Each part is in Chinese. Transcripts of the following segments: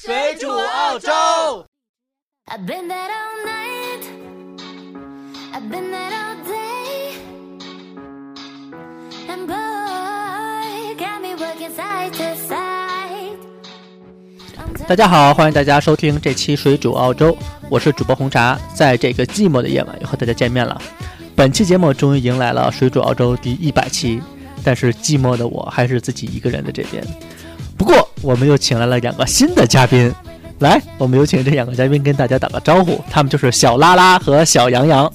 水煮澳洲。 I've been that all night, I've been that all day, and boy, got me working side to side. 大家好，欢迎大家收听这期水煮澳洲，我是主播红茶，在这个寂寞的夜晚又和大家见面了。本期节目终于迎来了水煮澳洲第100期，但是寂寞的我还是自己一个人在这边。不过我们又请来了2个新的嘉宾，来，我们有请这2个嘉宾跟大家打个招呼，他们就是小拉拉和小杨洋。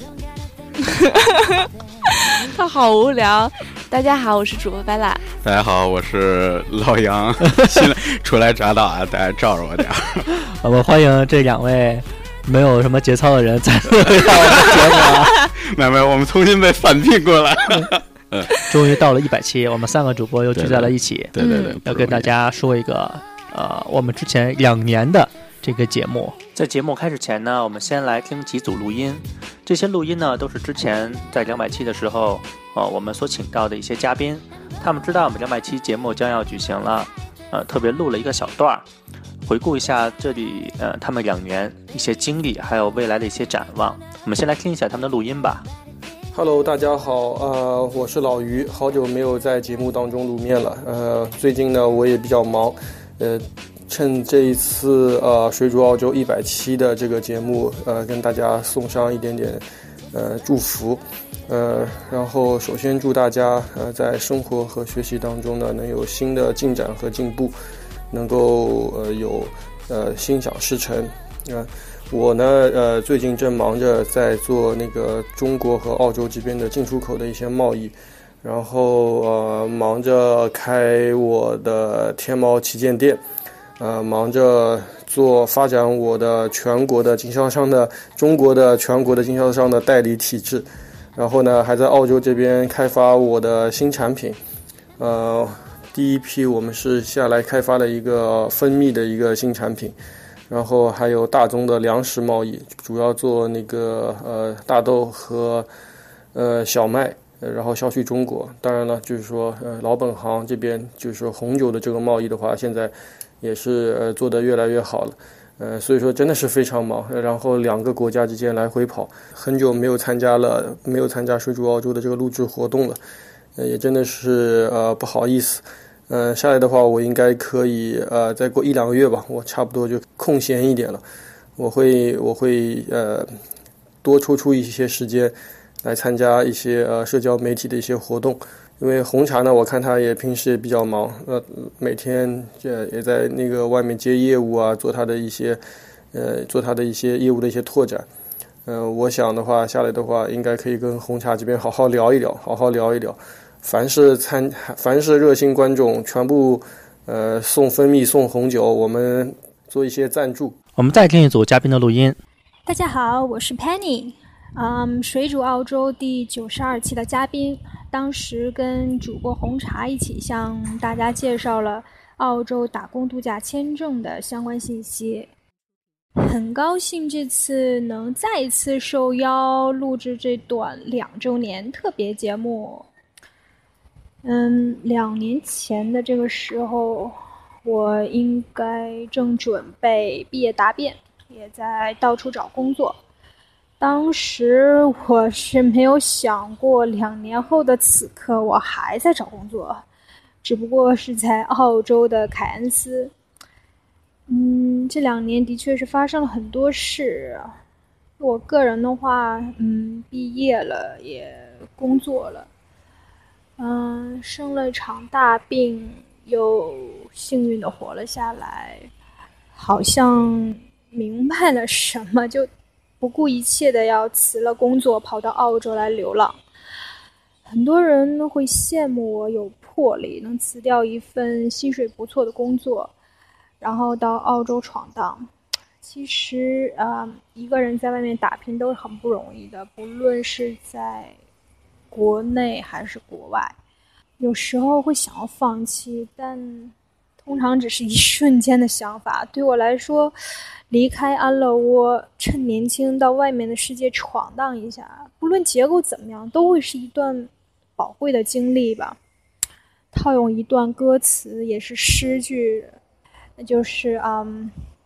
他好无聊。大家好，我是主播白拉。 大家好，我是老杨，新初来乍到啊，大家罩着我点。 我们欢迎这2位没有什么节操的人再回到我们节目啊！ 没有，我们重新被返聘过来。 终于到了100期，我们3个主播又聚在了一起。 对， 要跟大家说一个我们之前2年的这个节目。在节目开始前呢，我们先来听几组录音。这些录音呢，都是之前在200期的时候，我们所请到的一些嘉宾，他们知道我们200期节目将要举行了，特别录了一个小段，回顾一下这里他们2年一些经历，还有未来的一些展望。我们先来听一下他们的录音吧。 Hello， 大家好，我是老于，好久没有在节目当中露面了。最近呢，我也比较忙，趁这一次水煮澳洲100期的这个节目，跟大家送上一点点祝福。然后首先祝大家在生活和学习当中呢，能有新的进展和进步，能够有心想事成。我呢最近正忙着在做那个中国和澳洲这边的进出口的一些贸易，然后忙着开我的天猫旗舰店，忙着发展我的全国的经销商的中国的全国的经销商的代理体制，然后呢还在澳洲这边开发我的新产品。第一批我们是下来开发了一个蜂蜜的一个新产品。然后还有大宗的粮食贸易，主要做那个大豆和小麦，然后销去中国。当然了，就是说老本行这边就是说红酒的这个贸易的话，现在也是做得越来越好了。所以说真的是非常忙，然后2个国家之间来回跑，很久没有参加水煮澳洲的这个录制活动了，也真的是不好意思。下来的话，我应该可以再过1-2个月吧，我差不多就空闲一点了。我会多抽出一些时间来参加一些社交媒体的一些活动，因为红茶呢，我看他也平时也比较忙，每天也在那个外面接业务啊，做他的一些业务的一些拓展。我想的话，下来的话，应该可以跟红茶这边好好聊一聊。凡是热心观众，全部送蜂蜜送红酒，我们做一些赞助。 我们再听一组嘉宾的录音。 大家好，我是 Penny，水煮澳洲第92期的嘉宾，当时跟主播红茶一起向大家介绍了澳洲打工度假签证的相关信息。很高兴这次能再一次受邀录制这段2周年特别节目。2年前的这个时候，我应该正准备毕业答辩，也在到处找工作。当时我是没有想过2年后的此刻我还在找工作，只不过是在澳洲的凯恩斯。这2年的确是发生了很多事。我个人的话，毕业了，也工作了。生了一场大病，又幸运的活了下来，好像明白了什么，就不顾一切的要辞了工作，跑到澳洲来流浪。很多人会羡慕我有魄力，能辞掉一份薪水不错的工作，然后到澳洲闯荡。其实一个人在外面打拼都是很不容易的，不论是在国内还是国外，有时候会想要放弃，但通常只是一瞬间的想法。对我来说，离开安乐窝，趁年轻到外面的世界闯荡一下，不论结果怎么样，都会是一段宝贵的经历吧。套用一段歌词，也是诗句，那就是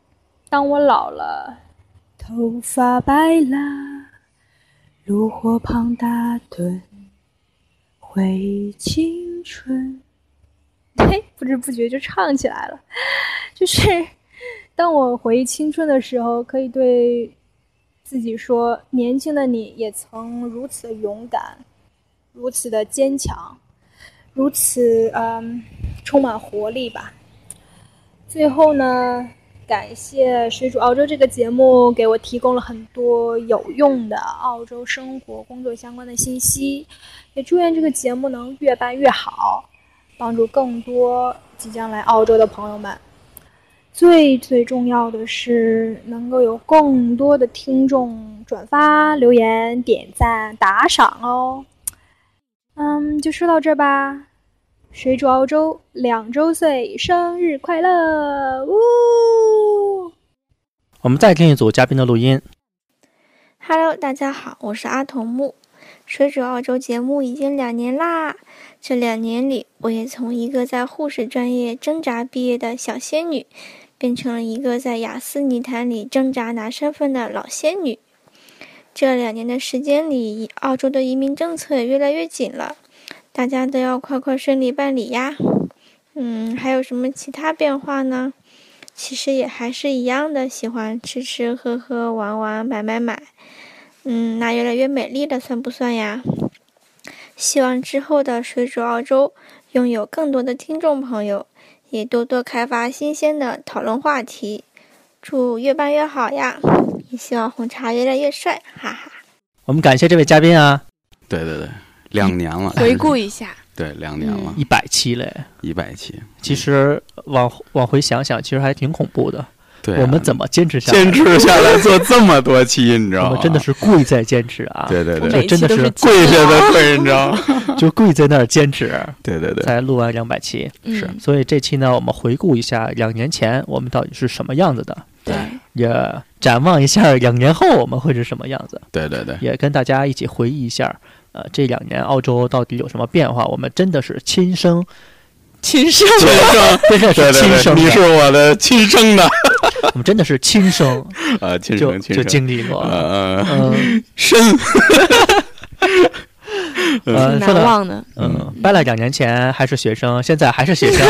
当我老了，头发白了，炉火旁打盹，回青春。嘿，不知不觉就唱起来了。就是当我回忆青春的时候，可以对自己说，年轻的你也曾如此的勇敢，如此的坚强，如此充满活力吧。最后呢，感谢水煮澳洲这个节目给我提供了很多有用的澳洲生活工作相关的信息，也祝愿这个节目能越办越好，帮助更多即将来澳洲的朋友们。最重要的是能够有更多的听众转发、留言、点赞、打赏哦。就说到这吧。水煮澳洲2周岁生日快乐！呜！ 我们再听一组嘉宾的录音。 Hello， 大家好，我是阿童木。水煮澳洲节目已经2年啦，这2年里，我也从一个在护士专业挣扎毕业的小仙女，变成了一个在雅思泥潭里挣扎拿身份的老仙女。这2年的时间里，澳洲的移民政策也越来越紧了，大家都要快顺利办理呀。还有什么其他变化呢？其实也还是一样的，喜欢吃喝玩买。那越来越美丽了，算不算呀？希望之后的水煮澳洲拥有更多的听众朋友，也多多开发新鲜的讨论话题。祝越办越好呀！也希望红茶越来越帅，哈哈。 我们感谢这位嘉宾啊。 对，2年了。 回顾一下。 对，2年了 ，100期嘞 ，100期。 其实往回想想，其实还挺恐怖的。 对， 我们怎么坚持下来做这么多期，你知道吗？ 我们真的是贵在坚持啊！ 对， 真的是跪下的跪，你知道吗？ 就跪在那儿坚持。 对， 才录完200期。 是， 所以这期呢，我们回顾一下2年前我们到底是什么样子的。 对， 也展望一下2年后我们会是什么样子。 对， 也跟大家一起回忆一下。这2年澳洲到底有什么变化？我们真的是亲生，真的是亲生， 你是我的亲生的， 我们真的是亲生亲生就经历过， 深， 难忘的， 掰了2年前还是学生，现在还是学生，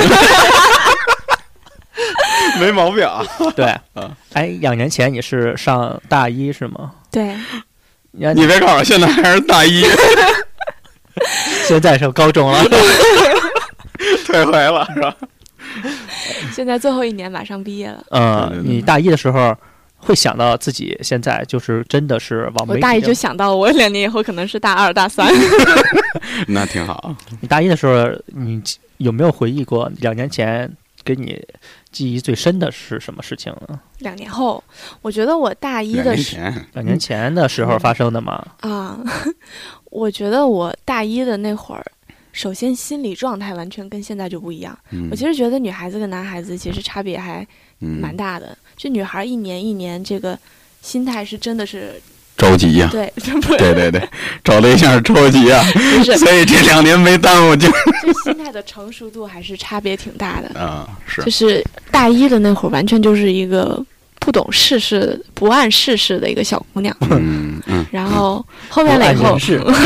没毛病啊。 对，2年前你是上大1是吗？ 对。 你别告诉我现在还是大1， 现在是高中了， 退回了是吧？ 现在最后1年马上毕业了。 你大1的时候会想到自己现在就是真的是往媒体。 我大1就想到我2年以后可能是大2、大3。 那挺好。 你大1的时候，你有没有回忆过2年前给你记忆最深的是什么事情呢 ？2年后，我觉得我大1的 2年前的时候发生的嘛。 我觉得我大1的那会儿，首先心理状态完全跟现在就不一样。我其实觉得女孩子跟男孩子其实差别还蛮大的。就女孩一年这个心态是真的是着急呀。 对， 找对象着急呀。所以这2年没耽误就心态的成熟度还是差别挺大的。 是。 就是大1的那会儿，完全就是一个不懂世事、不谙世事的一个小姑娘。然后后面了以后，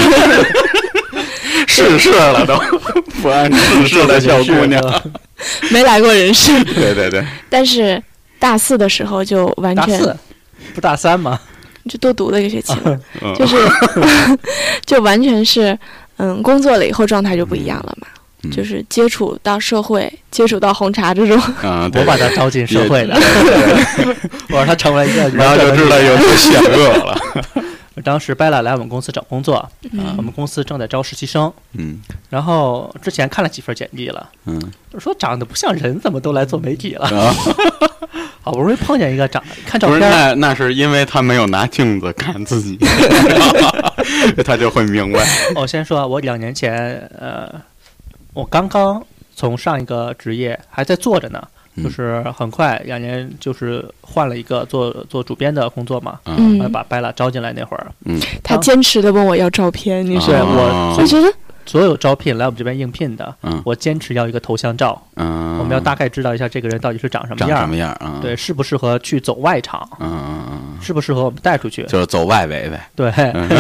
世事了都不谙世事的小姑娘， 没来过人世。 对。 但是大4的时候就完全大4不大3吗？ 就多读了一个学期，就是就完全是工作了以后状态就不一样了嘛。就是接触到社会，接触到红茶这种， 我把他招进社会的，我让他成为一个， 然后就知道有多险恶了。 当时贝拉来我们公司找工作，我们公司正在招实习生，然后之前看了几份简历了，说长得不像人，怎么都来做媒体了？好不容易碰见一个看照片， 不是那是因为他没有拿镜子看自己，他就会明白。 我先说，我2年前，我刚刚从上一个职业还在做着呢。就是很快2年，就是换了一个做主编的工作嘛，把贝拉招进来那会儿， 他坚持的问我要照片，你说我觉得所有招聘来我们这边应聘的，我坚持要一个头像照，我们要大概知道一下这个人到底是长什么样，对，适不适合去走外场，适不适合我们带出去， 就是走外围呗， 对。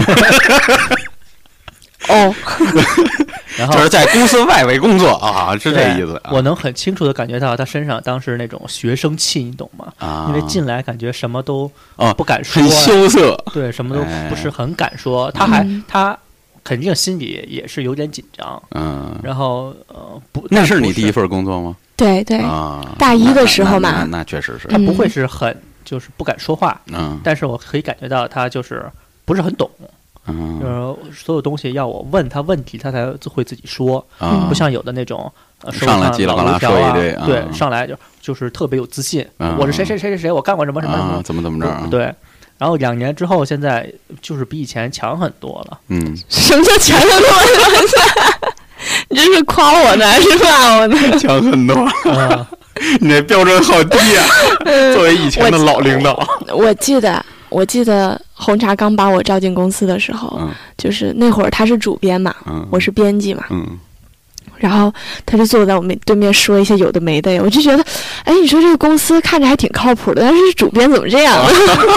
哦， 然后就是在公司外围工作啊，是这意思。 我能很清楚的感觉到他身上当时那种学生气，你懂吗？因为进来感觉什么都不敢说， 很羞涩， 对，什么都不是很敢说。他肯定心里也是有点紧张，然后那是你第一份工作吗？ 对对，大一的时候嘛， 那确实是。 他不会是很就是不敢说话，但是我可以感觉到他就是不是很懂。就是所有东西要我问他问题，他才会自己说，不像有的那种上来叽里呱啦说一堆， 对，上来就是特别有自信，我是谁谁谁谁谁，我干过什么什么什么， 怎么着， 对。然后2年之后，现在就是比以前强很多了。 什么叫强很多？你这是夸我呢，还是骂我呢？ 强很多，你这标准好低啊！作为以前的老领导， 我记得红茶刚把我招进公司的时候，就是那会儿他是主编嘛，我是编辑嘛，然后他就坐在我们对面说一些有的没的，我就觉得，哎，你说这个公司看着还挺靠谱的，但是主编怎么这样？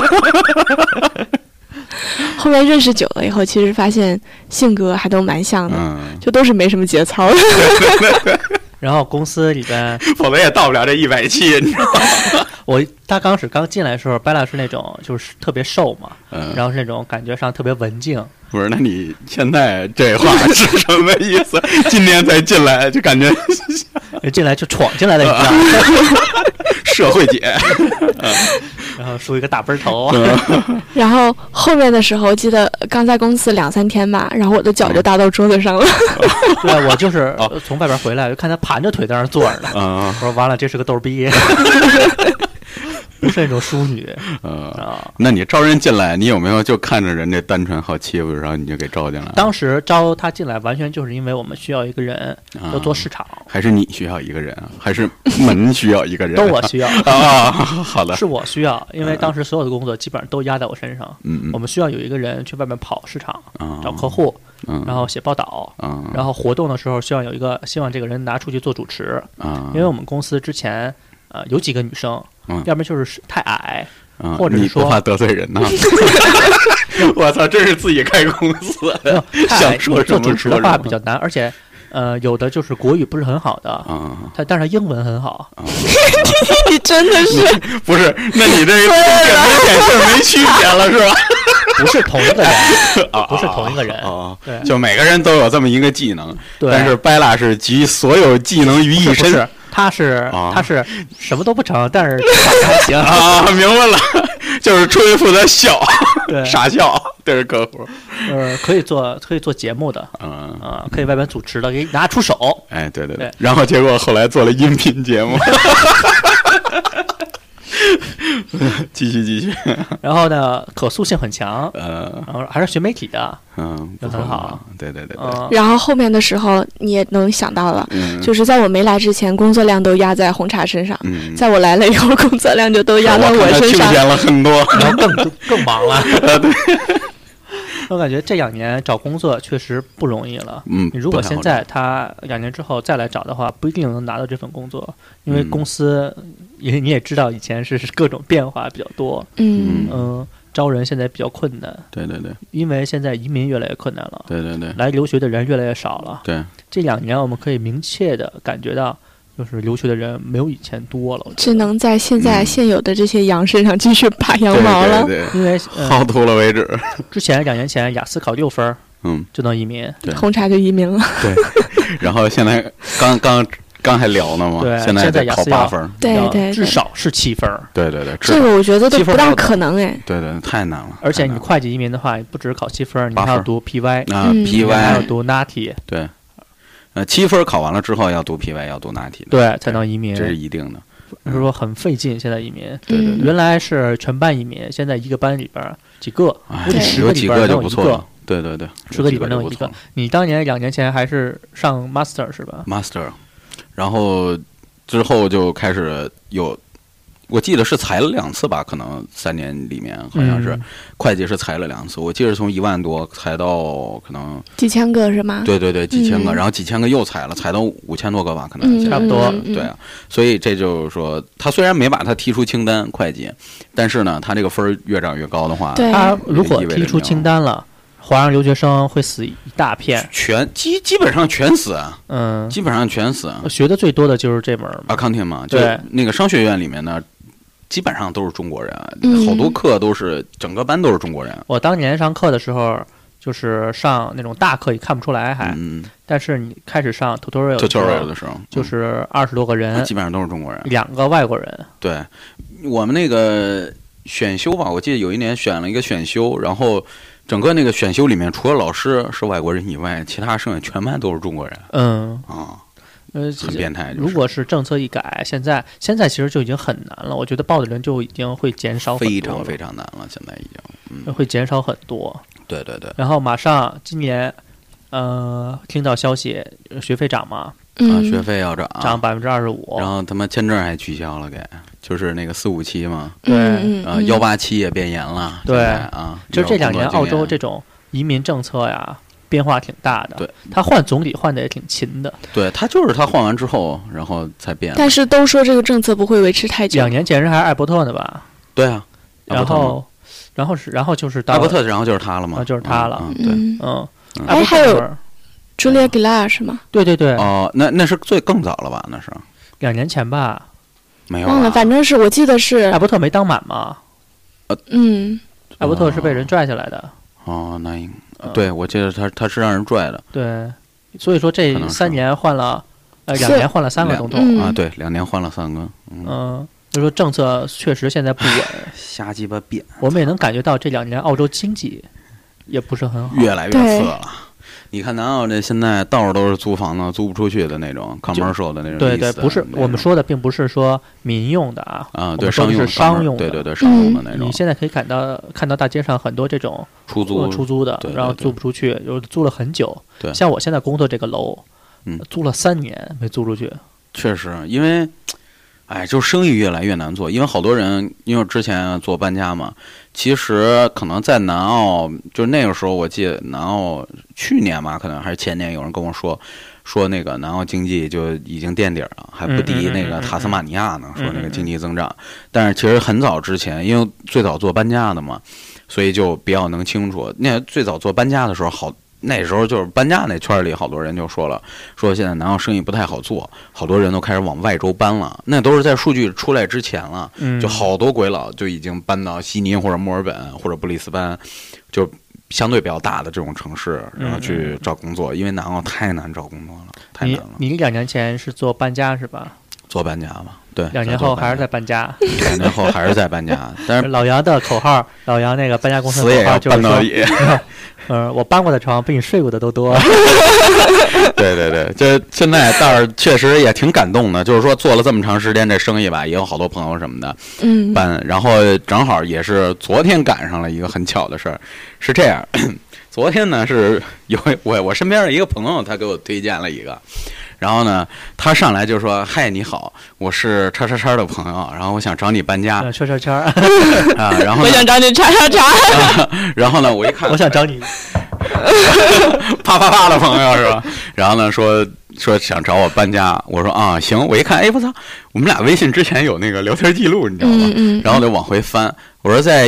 后面认识久了以后，其实发现性格还都蛮像的，就都是没什么节操的。 然后公司里边， 否则也到不了这170，你知道吗？ 他刚进来的时候，白拉是那种就是特别瘦嘛，然后是那种感觉上特别文静。 不是，那你现在这话是什么意思？今年才进来就感觉进来就闯进来了，你知道吗？ 社会姐， 然后梳一个大背头。 然后后面的时候，记得刚在公司2-3天吧，然后我的脚就搭到桌子上了。 对，我就是从外边回来，就看他盘着腿在那儿坐着呢。我说完了，这是个逗逼。不是那种淑女， 那你招人进来，你有没有就看着人家单纯好欺负，然后你就给招进来？ 当时招他进来，完全就是因为我们需要一个人要做市场， 还是你需要一个人啊？还是门需要一个人？ 都我需要啊。好的， 是我需要，因为当时所有的工作基本上都压在我身上。我们需要有一个人去外面跑市场，找客户，然后写报道，然后活动的时候需要有一个，希望这个人拿出去做主持，因为我们公司之前有几个女生。要不然就是太矮，或者是说你不怕得罪人呢？我操，真是自己开公司，想说做主持的话比较难，而且有的就是国语不是很好的，但是他英文很好。 你真的是不是？那你这点事没区别了是吧？ 不是同一个人，不是同一个人。对， 就每个人都有这么一个技能， 对， 但是白拉是集所有技能于一身。 他是什么都不成，但是还行啊，明白了，就是出去负责笑，傻笑，对着客户。 可以做节目的，可以外边主持的，给你拿出手。 哎，对。然后结果后来做了音频节目。继续。 然后呢，可塑性很强，然后还是学媒体的，就很好。 对。 然后后面的时候你也能想到了，就是在我没来之前，工作量都压在红茶身上；在我来了以后，工作量就都压在我身上。 听见了很多， 然后更忙了。对。我感觉这2年找工作确实不容易了。你如果现在他2年之后再来找的话，不一定能拿到这份工作，因为公司你也知道，以前是各种变化比较多。招人现在比较困难。 对， 因为现在移民越来越困难了。 对， 来留学的人越来越少了。 对， 这2年我们可以明确的感觉到，就是留学的人没有以前多了， 只能在现有的这些羊身上继续拔羊毛了。 对， 因为薅秃了为止。 之前2年前雅思考6分，就能移民， 红茶就移民了。 对，然后现在刚还聊呢嘛， 对， 现在得考8分， 对， 至少是7分。 对， 这个我觉得都不大可能哎。 对，太难了。 而且你会计移民的话，不只是考7分，你还要读 PY ，PY 还要读 NATI。 对。7分考完了之后要读 PY， 要读 NATI， 对，才能移民， 这是一定的。 就是说很费劲，现在移民。 对， 原来是全班移民，现在一个班里边几个， 有几个就不错了。对 ，10个里边能有一个。你当年2年前还是上 Master 是吧 ？Master，然后之后就开始有我记得是裁了2次吧，可能3年里面好像是会计是裁了2次，我记得从1万多裁到可能几千个是吗？ 对对对，几千个，然后几千个又裁了，裁到5000多个吧，可能差不多。 对啊，所以这就是说，他虽然没把他踢出清单会计，但是呢，他这个分越涨越高的话， 他如果踢出清单了，华人留学生会死一大片， 基本上全死啊，基本上全死。 学的最多的就是这门 accounting 嘛，就那个商学院里面呢，基本上都是中国人，好多课都是整个班都是中国人。 我当年上课的时候，就是上那种大课也看不出来但是你开始上 tutorial 的时候， 就是20多个人， 基本上都是中国人 ，2个外国人。 对，我们那个选修吧，我记得有一年选了一个选修，然后整个那个选修里面，除了老师是外国人以外，其他剩下全班都是中国人。很变态。 如果是政策一改，现在其实就已经很难了。我觉得报的人就已经会减少很多， 非常非常难了，现在已经会减少很多。 对对对。 然后马上今年，听到消息，学费涨嘛？ 学费要涨 25%， 然后他妈签证还取消了，就是那个457嘛。 对 ，187也变严了。 对啊， 就这2年澳洲这种移民政策呀，变化挺大的。 对， 他换总理换的也挺勤的。 对，他就是他换完之后，然后才变。 但是都说这个政策不会维持太久。 2年前是还是艾伯特呢吧？ 对啊， 然后就是艾伯特，然后就是他了嘛？ 就是他了。 对，还有Julia Gillard 是吗？ 对对对。 哦，那是更早了吧？那是 2年前吧？ 没有。 忘了，反正是我记得是艾伯特没当满嘛。艾伯特是被人拽下来的。 哦，那对，我记得他是让人拽的。 对，所以说这3年换了，2年换了3个总统啊。对，2年换了3个。 就说政策确实现在不稳， 瞎鸡巴变。 我们也能感觉到这2年澳洲经济也不是很好， 越来越次了。你看南澳这现在到处都是租房子，租不出去的那种 commercial 的那种。 对对，不是我们说的，并不是说民用的啊。 对， 商用的。对，商用的那种。 你现在可以看到大街上很多这种出租的，然后租不出去，有租了很久。 对， 像我现在工作这个楼，租了3年没租出去。 确实，因为，就生意越来越难做，因为好多人因为之前做搬家嘛。其实可能在南澳，就那个时候，我记得南澳去年吧，可能还是前年，有人跟我说那个南澳经济就已经垫底了，还不敌那个塔斯马尼亚呢，说那个经济增长。但是其实很早之前，因为最早做搬家的嘛，所以就比较能清楚。那最早做搬家的时候，那时候就是搬家那圈里好多人就说现在南澳生意不太好做，好多人都开始往外州搬了。那都是在数据出来之前了，就好多鬼佬就已经搬到悉尼或者墨尔本或者布里斯班，就相对比较大的这种城市，然后去找工作，因为南澳太难找工作了，太难了。 你2年前是做搬家是吧？ 做搬家嘛，对。 2年后还是在搬家。 2年后还是在搬家，但是老杨的口号，老杨那个搬家公司死也要搬到底。 我搬过的床比你睡过的都多。 对对对，这现在倒是确实也挺感动的，就是说做了这么长时间这生意吧，也有好多朋友什么的搬，然后正好也是昨天赶上了一个很巧的事儿，是这样。昨天呢是有我身边的一个朋友，他给我推荐了一个。然后呢，他上来就说：“嗨，你好，我是叉叉叉的朋友，然后我想找你搬家。” 圈圈圈啊，然后我想找你叉叉叉。 然后呢，我一看， 我想找你啪啪啪的朋友是吧？然后呢，说想找我搬家，我说啊行。我一看，哎我操，我们俩微信之前有那个聊天记录，你知道吗？然后就往回翻，我说在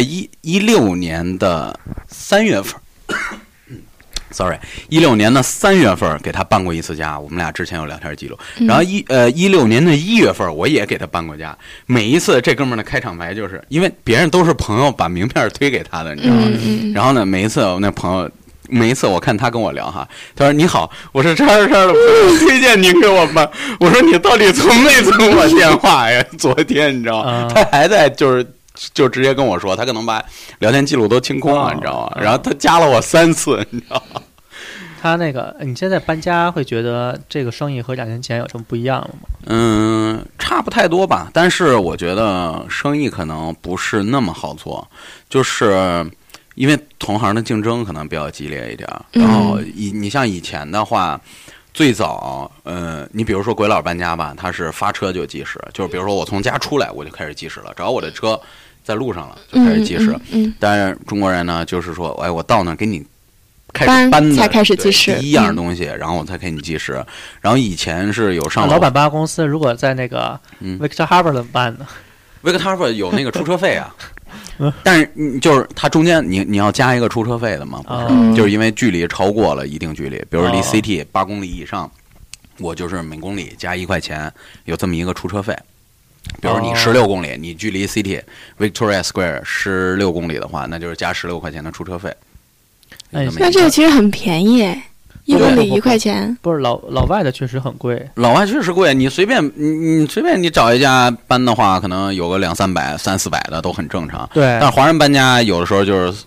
16年的3月份。16年的3月份给他搬过一次家，我们俩之前有聊天记录。然后16年的1月份我也给他搬过家。每一次这哥们儿的开场白就是因为别人都是朋友把名片推给他的，你知道吗？然后呢，每一次我那朋友，每一次我看他跟我聊哈，他说你好，我是叉叉叉的朋友，推荐您给我搬。我说你到底从没从我电话呀？昨天你知道吗？他还在就直接跟我说，他可能把聊天记录都清空了，你知道吗？然后他加了我3次，你知道吗？ 他那个，你现在搬家会觉得这个生意和2年前有什么不一样了吗？ 差不太多吧，但是我觉得生意可能不是那么好做，就是因为同行的竞争可能比较激烈一点。然后你像以前的话， 最早，你比如说鬼佬搬家吧，他是发车就计时，就是比如说我从家出来我就开始计时了，只要我的车在路上了就开始计时。但是中国人呢，就是说，哎，我到那给你开始搬的才开始计时， 第一样东西，然后我才给你计时。然后以前是有上老板搬公司，如果在那个 Victor Harbor 怎么办呢 ？Victor Harbor 有那个出车费啊。但是就是它中间你要加一个出车费的嘛，不是？就是因为距离超过了一定距离，比如离 CT 8公里以上，我就是每公里加1块钱，有这么一个出车费。比如你16公里，你距离 CT Victoria Square 16公里的话，那就是加16块钱的出车费。 那这个其实很便宜，1公里1块钱。 不是老外的确实很贵， 老外确实贵。你随便你找一家搬的话，可能有个200-300、300-400的都很正常。 对。 但是华人搬家有的时候就是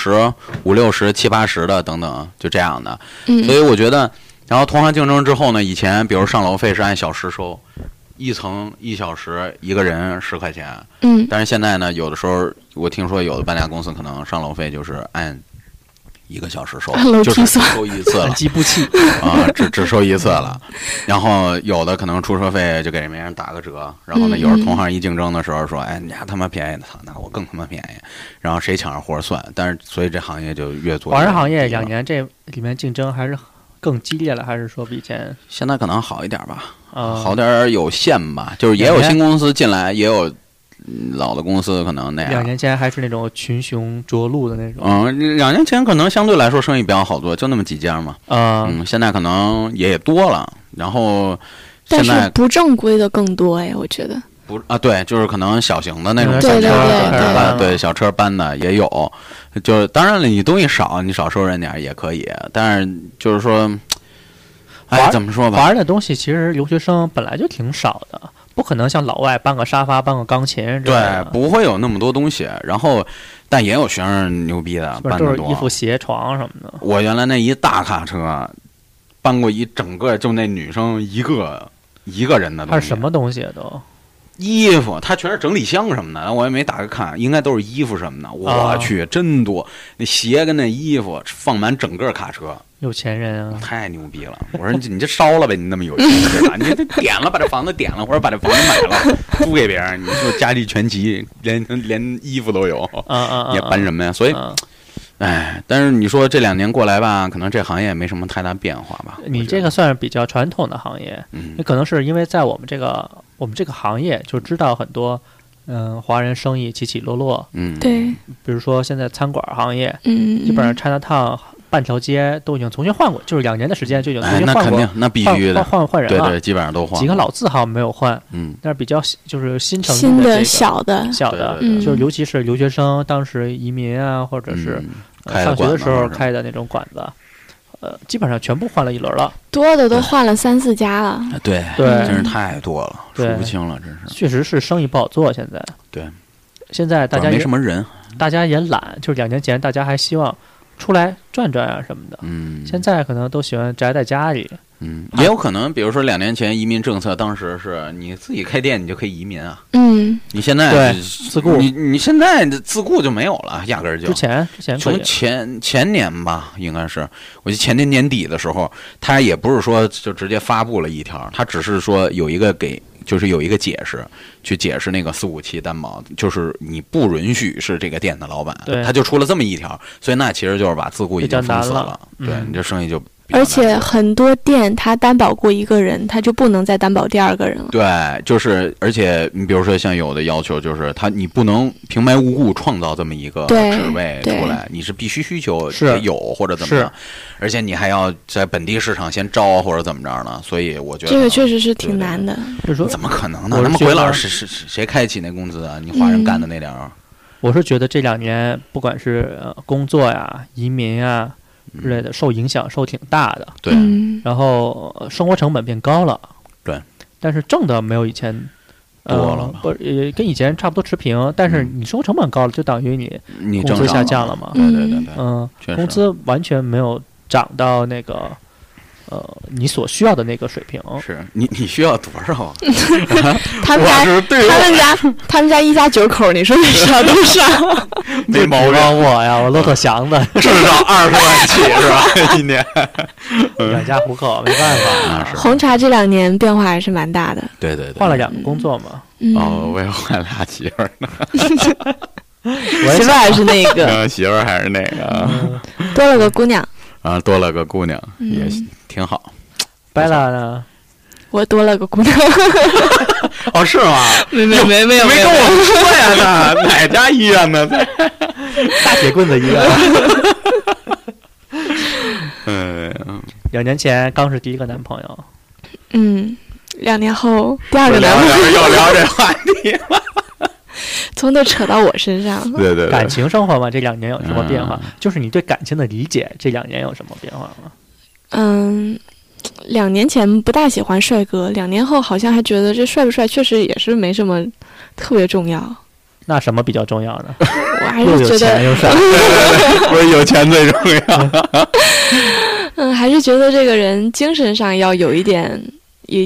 40-50、50-60、70-80的等等，就这样的。所以我觉得，然后同行竞争之后呢，以前比如上楼费是按小时收，1层1小时一个人10块钱。但是现在呢，有的时候我听说有的搬家公司可能上楼费就是按1个小时收，就是只收一次了， 计步器啊，只收一次了。然后有的可能出车费就给别人打个折，然后呢，有时候同行一竞争的时候说，哎，你还他妈便宜，那我更他妈便宜，然后谁抢着活算。但是所以这行业就越做越。 华人行业2年这里面竞争还是更激烈了，还是说比以前？ 现在可能好一点吧，好点有限吧，就是也有新公司进来，也有。老的公司可能那样， 2年前还是那种群雄逐鹿的那种。 2年前可能相对来说生意比较好做，就那么几家嘛。现在可能也多了。然后现在但是不正规的更多哎，我觉得。 不啊，对，就是可能小型的那种小车， 对小车搬的也有。就是当然了，你东西少，你少收人点也可以，但是就是说，哎，怎么说吧？ 华人的东西其实留学生本来就挺少的。不可能像老外搬个沙发搬个钢琴， 对，不会有那么多东西。然后，但也有学生牛逼的，搬得多， 衣服鞋床什么的。 我原来那一大卡车，搬过一整个，就那女生一个人的东西。 它是什么东西都？ 衣服，它全是整理箱什么的，我也没打开看，应该都是衣服什么的。我去，真多！那鞋跟那衣服放满整个卡车。 有钱人啊， 太牛逼了！我说你这烧了呗，你那么有钱对吧？你这点了，把这房子点了，或者把这房子买了，租给别人，你说家里全齐，连衣服都有，也搬什么呀？所以，哎，但是你说这2年过来吧，可能这行业没什么太大变化吧？ 你这个算是比较传统的行业，也可能是因为在我们这个行业就知道很多，华人生意起起落落， 对， 比如说现在餐馆行业，基本上 Chinatown。半条街都已经重新换过，就是2年的时间就已经重新换过。 那肯定，那必须的， 换人了。 对，基本上都换。 几个老字号没有换，但是比较就是新城新的小的， 就是尤其是留学生当时移民啊，或者是上学的时候开的那种馆子，基本上全部换了一轮了， 多的都换了3-4家了。 对，真是太多了，数不清了，真是。 确实是生意不好做，现在。 对， 现在大家没什么人， 大家也懒，就是2年前大家还希望。出来转转啊什么的，现在可能都喜欢宅在家里， 也有可能，比如说2年前移民政策，当时是你自己开店，你就可以移民啊，你现在对自雇， 你现在自雇就没有了，压根儿就之前从前年吧，应该是，我记得前年年底的时候，他也不是说就直接发布了一条，他只是说有一个就是有一个解释，去解释那个457担保，就是你不允许是这个店的老板，他就出了这么一条，所以那其实就是把自雇已经封死了，对你这生意就。 而且很多店他担保过一个人，他就不能再担保第2个人了。 对，就是而且你比如说像有的要求就是你不能平白无故创造这么一个职位出来，你是必须需求得有或者怎么样，而且你还要在本地市场先招或者怎么着呢？所以我觉得这个确实是挺难的。 就是说怎么可能呢？那么鬼佬是谁开启那工资啊？你华人干的那点儿。 我是觉得这2年不管是工作呀、移民呀。之类的受影响受挺大的， 对， 然后生活成本变高了， 对， 但是挣的没有以前多了， 不跟以前差不多持平，但是你生活成本高了，就等于你工资下降了嘛， 对， 工资完全没有涨到那个你所需要的那个水平。 是你需要多少啊？ 他们家一家9口，你说你需要多少？ 没毛病。 我呀，我骆驼祥子至少20万起是吧？一年养家糊口，没办法。 红茶这2年变化还是蛮大的。 对， 换了2个工作嘛。 我也换俩媳妇儿呢。 媳妇儿还是那个， 媳妇儿还是那个， 多了个姑娘啊，多了个姑娘也挺好。 白拉呢？ 我多了个姑娘。 哦，是吗？ 没跟我说呀？哪家医院呢？ 大铁棍子医院。2年前刚是第1个男朋友。 2年后第2个男朋友。 又聊这话题了。 从头扯到我身上。 对， 感情生活嘛，这2年有什么变化？就是你对感情的理解，这2年有什么变化吗 ？2年前不大喜欢帅哥，2年后好像还觉得这帅不帅确实也是没什么特别重要。 那什么比较重要呢？ 我还是觉得又有钱又帅。 不是有钱最重要。还是觉得这个人精神上要有一点。明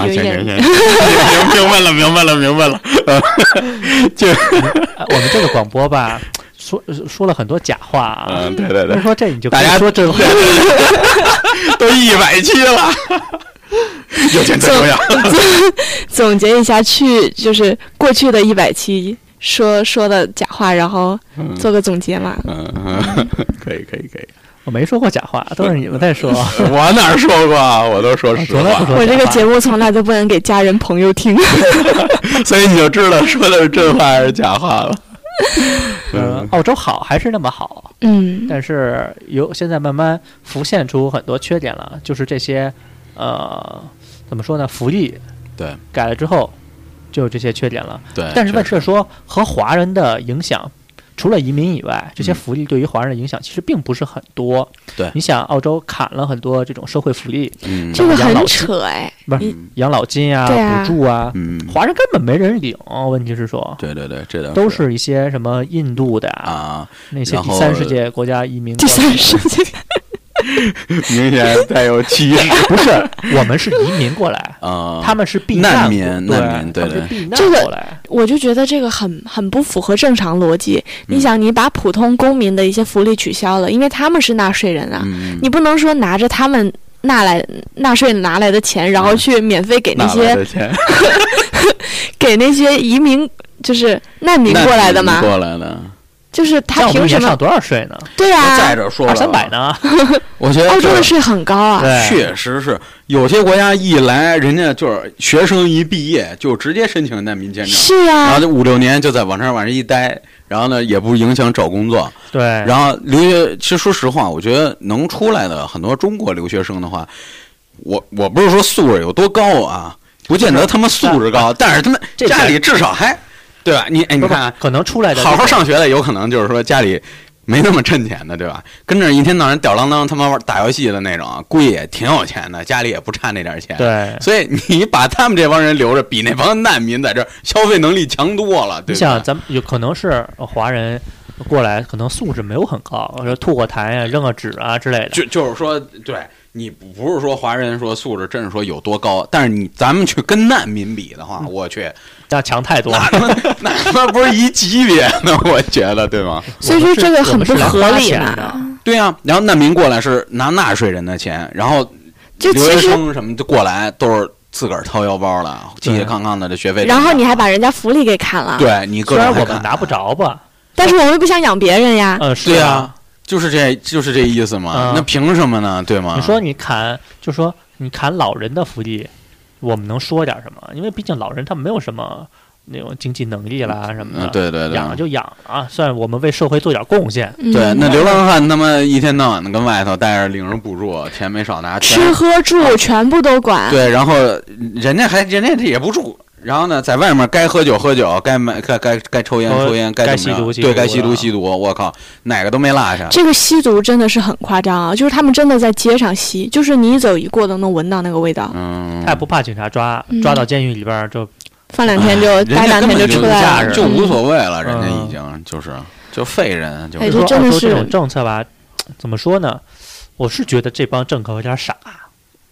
白了。 就我们这个广播吧，说了很多假话啊。 对。 说这你就大家说真话。 都100期了，有钱最重要。 总结一下就是过去的100期说的假话，然后做个总结嘛。 可以。 我没说过假话，都是你们在说。 我哪说过？我都说实话。 我这个节目从来都不能给家人朋友听。 所以你就知道说的是真话还是假话了。 澳洲好还是那么好，但是现在慢慢浮现出很多缺点了，就是这些怎么说呢？福利对改了之后就有这些缺点了。 对， 但是问题是说和华人的影响。除了移民以外，这些福利对于华人的影响其实并不是很多。 对， 你想，澳洲砍了很多这种社会福利， 这个很扯哎， 不是养老金啊、补助啊，华人根本没人领。问题是说， 对，这都是一些什么印度的啊， 那些第3世界国家移民。 第3世界。 明显带有歧视。 不是，我们是移民过来他们是避难民，对， 避难过来。 我就觉得这个很不符合正常逻辑。你想，你把普通公民的一些福利取消了，因为他们是纳税人啊，你不能说拿着他们纳税拿来的钱，然后去免费给那些给那些移民，就是难民过来的嘛。就是他凭什么上多少税呢？ 对啊， 再者说了 200-300呢。 我觉得澳洲的税很高啊。 确实是，有些国家一来，人家就是学生一毕业就直接申请难民签证， 是呀， 然后就5-6年就在往这一待，然后呢也不影响找工作。 对， 然后留学，其实说实话，我觉得能出来的很多中国留学生的话，我不是说素质有多高啊，不见得他们素质高，但是他们家里至少还。对吧？你看， 可能出来的好好上学的，有可能就是说家里没那么趁钱的，对吧？跟着一天到晚吊郎当他妈玩打游戏的那种，估计也挺有钱的，家里也不差那点钱。 对， 所以你把他们这帮人留着，比那帮难民在这消费能力强多了。对， 你想，咱们有可能是华人过来，可能素质没有很高，吐个痰呀、扔个纸啊之类的。 就是说，对。你不是说华人说素质真是说有多高，但是咱们去跟难民比的话，我去那强太多， 那不是一级别呢？我觉得对吗？ 所以说这个很不合理嘛。 对啊，然后难民过来是拿纳税人的钱，然后留学生什么就过来都是自个儿掏腰包了，健健康康的这学费， 然后你还把人家福利给砍了。 对，你虽然我们拿不着吧， 但是我们不想养别人呀。 对啊。 就是这意思嘛，那凭什么呢？对吗？ 你说你砍老人的福利，我们能说点什么？因为毕竟老人他们没有什么那种经济能力啦什么的。 对， 养就养啊，算我们为社会做点贡献。 对，那流浪汉他妈一天到晚的跟外头带着领着补助，钱没少拿， 吃喝住全部都管。 对，然后人家也不住。然后呢，在外面该喝酒喝酒，该抽烟抽烟，该吸毒对，该吸毒。我靠，哪个都没落下。 这个吸毒真的是很夸张啊！就是他们真的在街上吸，就是你一走一过都能闻到那个味道。 他也不怕警察抓到监狱里边就放2天待2天就出来了， 就无所谓了。人家已经就废人。 就真的是这种政策吧，怎么说呢？我是觉得这帮政客有点傻。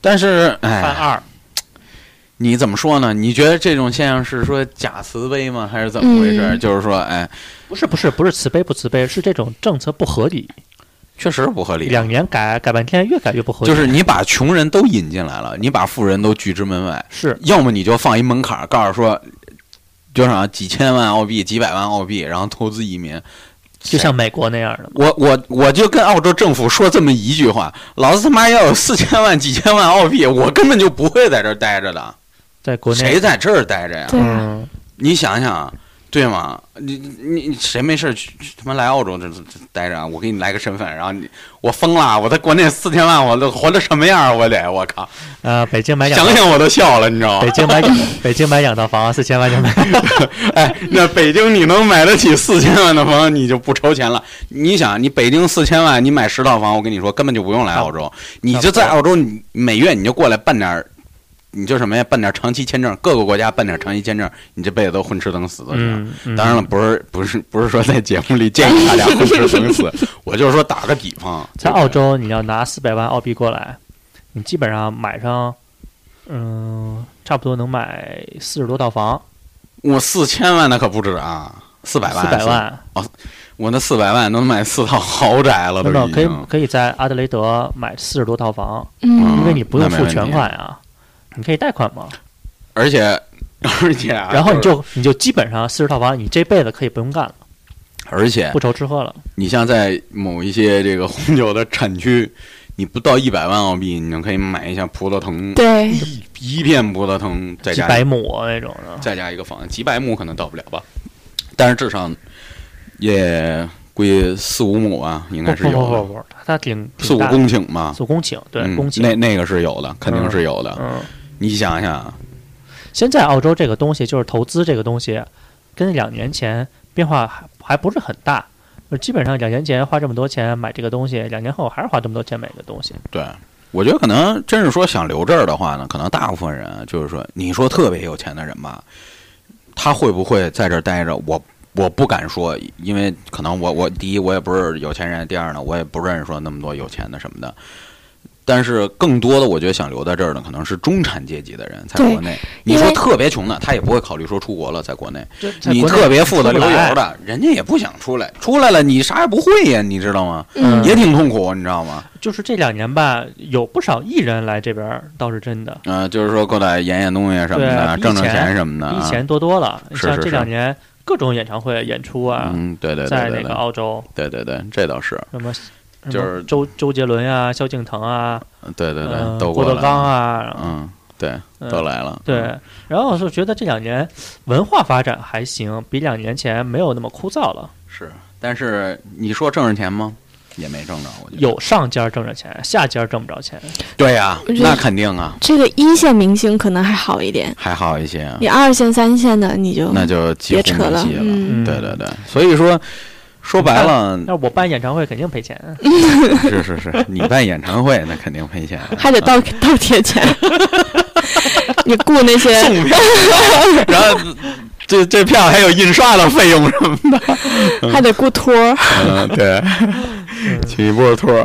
但是犯二。 你怎么说呢？你觉得这种现象是说假慈悲吗？还是怎么回事？就是说， 不是慈悲不慈悲，是这种政策不合理， 确实不合理。 2年改半天，越改越不合理。 就是你把穷人都引进来了，你把富人都拒之门外， 是要么你就放一门槛，告诉说，多少几千万澳币、几百万澳币，然后投资移民。 就像美国那样的， 我就跟澳洲政府说这么一句话：老子他妈要有4000万、几千万澳币，我根本就不会在这儿待着的。 在国内谁在这儿待着呀？ 对啊， 你想想，对吗？你谁没事去他妈来澳洲这待着？我给你来个身份，然后我疯了，我在国内4000万，我都活得什么样？我靠！ 北京买想想我都笑了，你知道吗？ 北京买2套房，4000万就买。 那北京你能买得起4000万的房，你就不愁钱了。你想，你北京4000万，你买10套房，我跟你说，根本就不用来澳洲，你就在澳洲，你每月你就过来办点。你就什么呀？办点长期签证，各个国家办点长期签证，你这辈子都混吃等死的。当然了，不是说在节目里建议大家混吃等死，我就是说打个比方， 在澳洲你要拿400万澳币过来，你基本上买上，差不多能买40多套房。 我4000万那可不止啊，400万哦，我那400万能买4套豪宅了都已经。 可以在阿德雷德买40多套房，因为你不用付全款啊。你可以贷款吗？ 而且， 然后你就基本上40套房，你这辈子可以不用干了， 而且不愁吃喝了。 你像在某一些这个红酒的产区，你不到100万澳币，你就可以买一下葡萄藤， 对， 一片葡萄藤，再加几百亩那种的， 再加一个房，几百亩可能到不了吧，但是至少也归4、5亩啊，应该是有的。 不，它挺 4、5公顷嘛 ，4公顷，对，公顷那个是有的，肯定是有的。你想想， 现在澳洲这个东西就是投资这个东西，跟2年前变化还不是很大。基本上2年前花这么多钱买这个东西，2年后还是花这么多钱买个东西。 对，我觉得可能真是说想留这儿的话呢，可能大部分人就是说，你说特别有钱的人吧，他会不会在这儿待着？我不敢说，因为可能我第一我也不是有钱人，第二呢我也不认识说那么多有钱的什么的。但是更多的，我觉得想留在这儿的可能是中产阶级的人，在国内。你说特别穷的，他也不会考虑说出国了，在国内。你特别富的、流油的，人家也不想出来。出来了，你啥也不会呀，你知道吗？也挺痛苦，你知道吗？ 就是这2年吧，有不少艺人来这边，倒是真的。 就是说过来演东西什么的，挣钱什么的， 比以前多了。 像这2年各种演唱会演出啊， 对， 在那个澳洲， 对，这倒是。 就是周杰伦啊，萧敬腾啊， 对，都过来了。 郭德纲啊， 对，都来了。 对，然后我是觉得这2年文化发展还行，比2年前没有那么枯燥了。 是，但是你说挣着钱吗？也没挣着，我觉得。 有上家挣着钱，下家挣不着钱。 对呀，那肯定啊。 这个1线明星可能还好一点， 还好一些。 你2线、3线的，那就别扯了。 对，所以说白了， 那我办演唱会肯定赔钱。 是，你办演唱会那肯定赔钱， 还得倒贴钱。你雇那些送票，然后这票还有印刷的费用什么的， 还得雇托。 对，请一波托。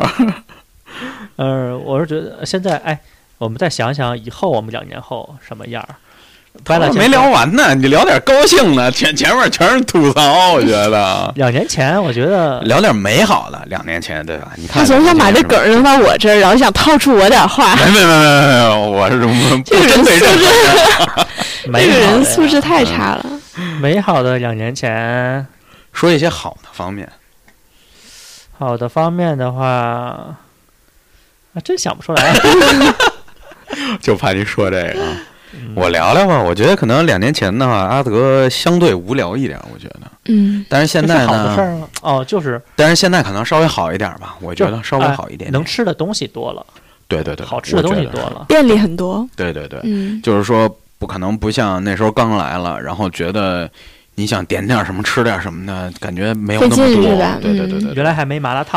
我是觉得现在，我们再想想以后我们2年后什么样。 没聊完呢，你聊点高兴的，前面全是吐槽。我觉得 2年前，我觉得聊点美好的。2年前，对吧？你看， 他总想把这梗扔到我这儿，然后想套出我点话。 没，我是这个人素质， 这个人素质太差了。 美好的2年前， 说一些好的方面。 好的方面的话，真想不出来。 就怕你说这个。我聊聊吧，我觉得可能2年前的话，阿德相对无聊一点，我觉得。但是现在呢？但是现在可能稍微好一点吧，我觉得稍微好一点。 能吃的东西多了。 对， 好吃的东西多了， 便利很多。 对，就是说不可能不像那时候刚来了，然后觉得你想点点什么吃点什么的，感觉没有那么多。对， 原来还没麻辣烫。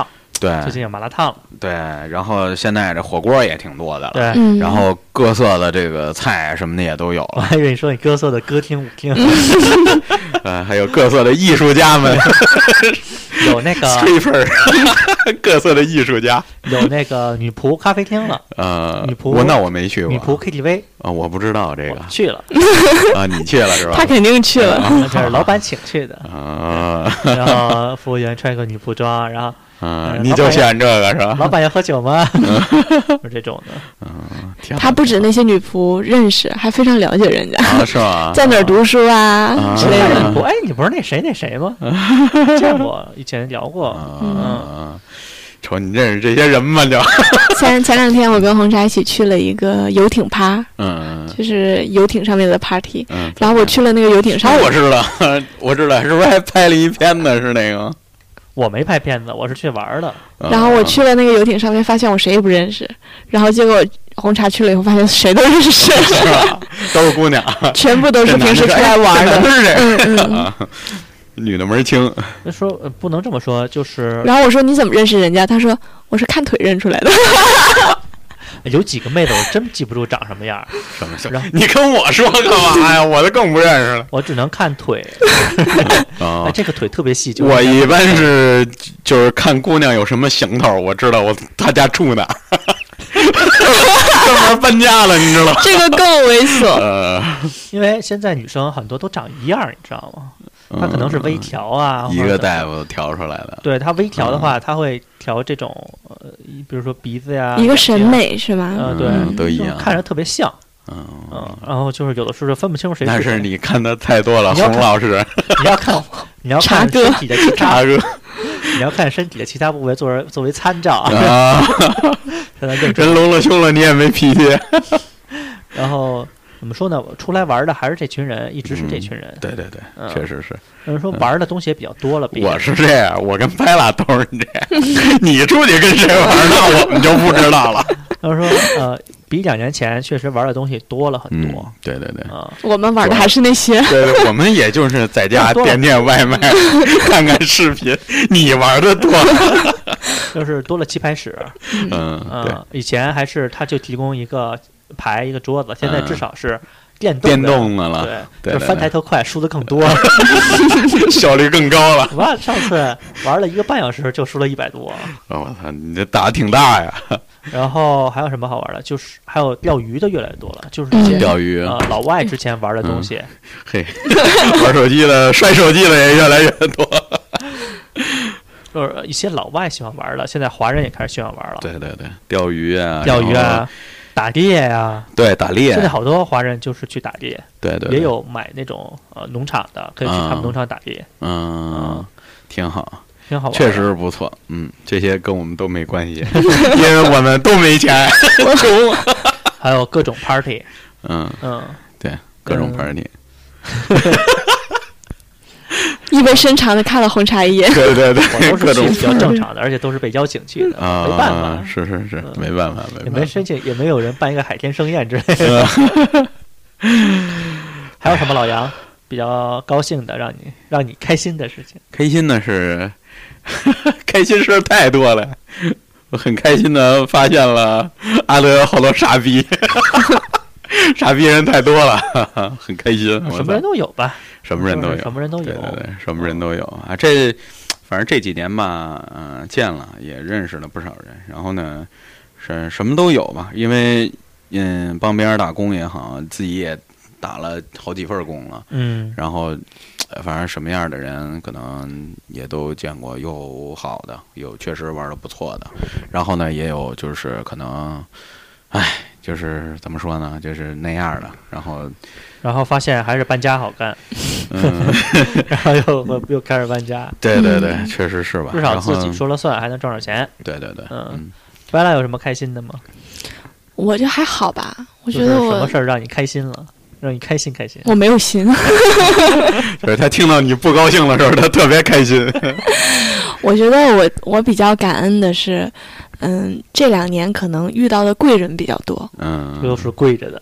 对， 最近有麻辣烫， 对，然后现在这火锅也挺多的了， 对， 然后各色的这个菜什么的也都有了。 我还以为你说你各色的歌厅舞厅， 还有各色的艺术家们， 有那个 stripper， 各色的艺术家， 有那个女仆咖啡厅了，女仆那我没去过， 女仆 KTV 啊，我不知道这个， 去了啊，你去了是吧？ 他肯定去了， 这是老板请去的啊。然后服务员穿个女仆装，然后你就选这个是吧？ 老板要喝酒吗？是这种的。 他不止那些女仆认识，还非常了解人家， 是吗？ 在哪儿读书啊之类的。 哎，你不是那谁吗？见过，以前聊过。 瞅你认识这些人吗？就前两天我跟红茶一起去了一个游艇趴，就是游艇上面的 party，然后我去了那个游艇上， 我知道，是不是还拍了一片子？是那个？ 我没拍片子，我是去玩的。 然后我去了那个游艇上面，发现我谁也不认识，然后结果红茶去了以后，发现谁都认识， 是吧？都是姑娘， 全部都是平时出来玩的， 女的门清。 说不能这么说，就是。 然后我说你怎么认识人家？他说我是看腿认出来的。 有几个妹子我真记不住长什么样。 什么？你跟我说干嘛呀？我都更不认识了。 我只能看腿。这个腿特别细。 我一般就是看姑娘有什么行头，我知道她家住哪。专门搬家了，你知道吗？ 这个更猥琐。 因为现在女生很多都长一样，你知道吗？她可能是微调啊， 一个大夫调出来的。 对，她微调的话，她会调这种比如说鼻子呀， 一个审美是吗？ 对， 都一样， 看着特别像。然后就是有的时候就分不清楚谁。 但是你看的太多了，洪老师。 你要看身体的其他， 茶哥， 你要看身体的其他部位作为参照啊。 人聋了凶了，你也没脾气。 然后怎么说呢？出来玩的还是这群人，一直是这群人。 对，确实是。 有人说玩的东西也比较多了。 我是这样，我跟白拉都是这样。你出去跟谁玩，那我们就不知道了。 他说比2年前确实玩的东西多了很多。 对。 我们玩的还是那些。 对，我们也就是在家点外卖，看看视频。你玩的多了， 就是多了棋牌室。以前还是他就提供一个牌一个桌子，现在至少是电动的了。 对，就是翻抬头快，输的更多， 效率更高了。 我上次玩了1个半小时就输了100多。 我操，你这打的挺大呀！ 然后还有什么好玩的？就是还有钓鱼的越来越多了，就是这些钓鱼老外之前玩的东西。 嘿，玩手机的、摔手机的也越来越多。 就是一些老外喜欢玩的，现在华人也开始喜欢玩了。 对，钓鱼啊， 打猎呀。 对，打猎。 现在好多华人就是去打猎。 对， 也有买那种农场的，可以去他们农场打猎。 挺好。 挺好玩， 确实不错。这些跟我们都没关系，因为我们都没钱，穷。 还有各种 party。 对，各种 party。 意味深长的看了红茶一眼。 对， 我都是比较正常的，而且都是被邀请去的，没办法。 是，没办法， 也没申请，也没有人办一个海天盛宴之类的。还有什么老杨比较高兴的，让你开心的事情？ 开心的是。开心事太多了，我很开心的发现了阿德有好多傻逼，傻逼人太多了，很开心。 什么人都有吧？ 什么人都有， 什么人都有， 对，什么人都有啊！反正这几年吧，见了也认识了不少人，然后呢，是什么都有吧？因为帮别人打工也好，自己也打了好几份工了，然后。反正什么样的人可能也都见过，有好的，有确实玩的不错的，然后呢也有就是可能，就是怎么说呢，就是那样的，然后发现还是搬家好干，然后又开始搬家， 对，确实是吧？ 至少自己说了算，还能挣点钱。 对， 白拉有什么开心的吗？ 我就还好吧，我觉得什么事儿让你开心了？让你开心， 我没有心。 就是他听到你不高兴的时候，他特别开心。 我觉得我比较感恩的是，这2年可能遇到的贵人比较多。 都是跪着的。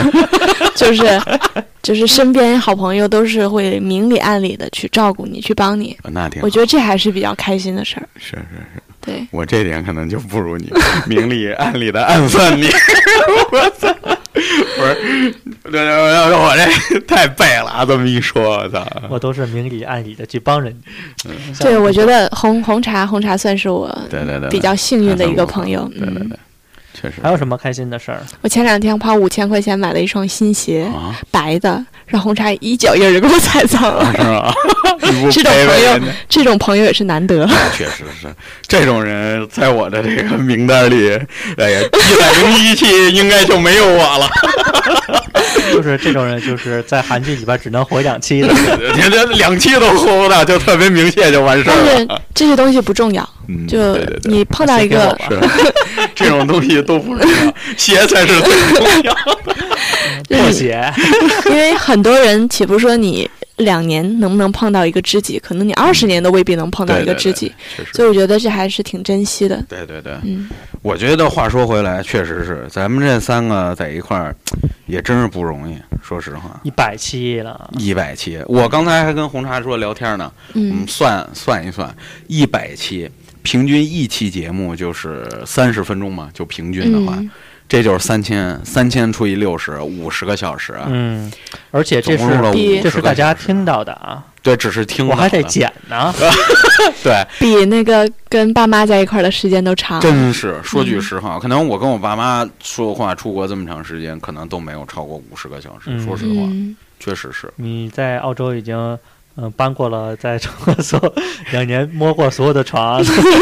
就是身边好朋友都是会明里暗里的去照顾你，去帮你。 那挺好。 我觉得这还是比较开心的事儿。 是。 对， 我这点可能就不如你，明里暗里的暗算你。我操！不是，我这太背了，这么一说，我操！ 我都是明里暗里的去帮人。 对，我觉得红茶算是我比较幸运的一个朋友。 对，确实。 还有什么开心的事儿？ 我前2天花5000块钱买了一双新鞋，白的，让红茶一脚印就给我踩脏了。 是吧？ 这种朋友也是难得。 确实是，这种人在我的这个名单里，哎呀，101期应该就没有我了。 就是这种人，就是在韩剧里边只能活2期的， 这2期都活不到，就特别明确就完事儿了。 但是这些东西不重要，就你碰到一个这种东西都不重要，鞋才是最重要的。 破鞋， 因为很多人岂不说你2年能不能碰到一个知己，可能你20年都未必能碰到一个知己，所以我觉得这还是挺珍惜的。 对，我觉得话说回来，确实是咱们这3个在一块儿，也真是不容易。说实话 ，100期了 ，100期。我刚才还跟红茶说聊天呢，算一算，100期，平均一期节目就是30分钟嘛，就平均的话。这就是3000除以60，50个小时啊。 而且这是大家听到的啊。 对，只是听到的。 我还得剪呢。 对， 比那个跟爸妈在一块的时间都长。 真是，说句实话，可能我跟我爸妈说话出国这么长时间，可能都没有超过50个小时。说实话，确实是。 你在澳洲已经搬过了，在2年摸过所有的床。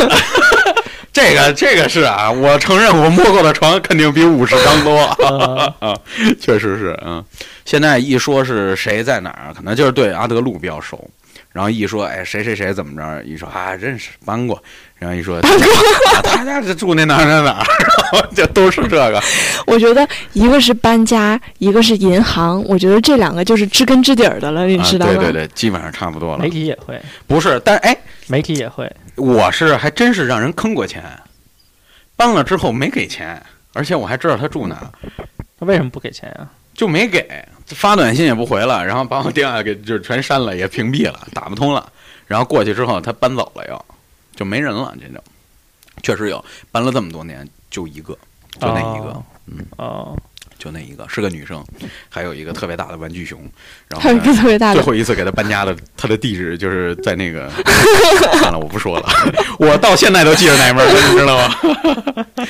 这个是啊，我承认我摸过的床肯定比50张多啊，确实是。现在一说是谁在哪儿，可能就是对阿德路比较熟，然后一说哎谁怎么着，一说啊认识搬过，然后一说他家是住那哪儿，就都是这个。 我觉得一个是搬家，一个是银行，我觉得这2个就是知根知底儿的了，你知道吗？ 对，基本上差不多了。 媒体也会， 不是，但媒体也会。 我是还真是让人坑过钱，搬了之后没给钱，而且我还知道他住哪。 他为什么不给钱啊？ 就没给，发短信也不回了，然后把我电话给就是全删了，也屏蔽了，打不通了。然后过去之后他搬走了，就没人了。这种确实有，搬了这么多年就一个，就那一个。就那一个是个女生，还有一个特别大的玩具熊，然后特别大的。 最后一次给她搬家的，她的地址就是在那个，算了，我不说了，我到现在都记着哪门了，你知道吗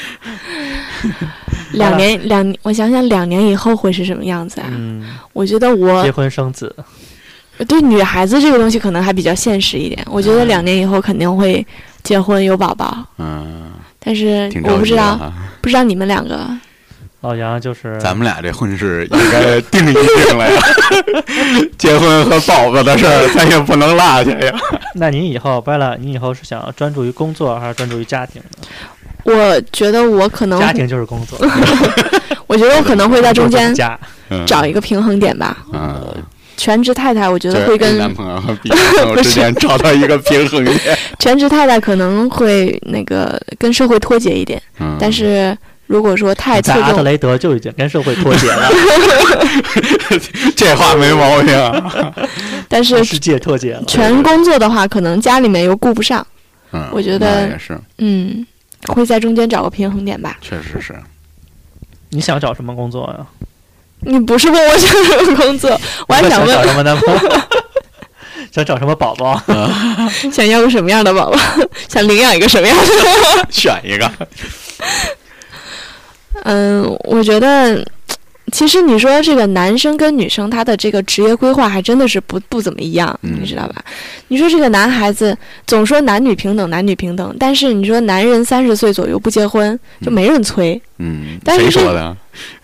？2年，我想想2年以后会是什么样子啊？我觉得结婚生子。 对女孩子这个东西可能还比较现实一点，我觉得2年以后肯定会结婚有宝宝。但是我不知道你们2个。 老杨就是咱们俩这婚事应该定一定了呀，结婚和宝宝的事儿咱也不能落下呀。 那你以后是想专注于工作还是专注于家庭呢？ 我觉得我可能家庭就是工作。 我觉得我可能会在中间找一个平衡点吧。全职太太我觉得会跟男朋友和比朋友之间找到一个平衡点。 全职太太可能会那个跟社会脱节一点，但是如果说太侧重， 阿德雷德就已经跟社会脱节了。 这话没毛病。 但是世界脱节了。 全工作的话，可能家里面又顾不上。我觉得也是。 会在中间找个平衡点吧。 确实是。 你想找什么工作呀？ 你不是问我想什么工作，我还想问找什么男朋友。想找什么宝宝？ 想要个什么样的宝宝？想领养一个什么样的？ 选一个。 我觉得，其实你说这个男生跟女生他的这个职业规划还真的是不怎么一样，你知道吧？你说这个男孩子总说男女平等，但是你说男人30岁左右不结婚，就没人催。但是谁说的？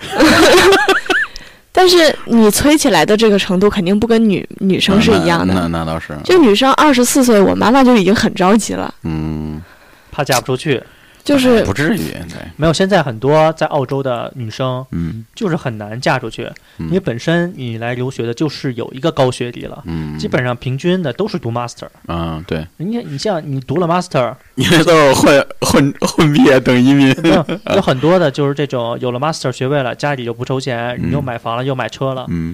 但是你催起来的这个程度肯定不跟女生是一样的。 那倒是。 就女生24岁，我妈妈就已经很着急了。 怕嫁不出去。 就是不至于， 没有。现在很多在澳洲的女生，就是很难嫁出去，因为本身你来留学的就是有一个高学历了，基本上平均的都是读 master。 对。 你像你读了 master， 因为都是混毕业等移民。 有很多的就是这种有了 master 学位了，家里又不筹钱，你又买房了又买车了，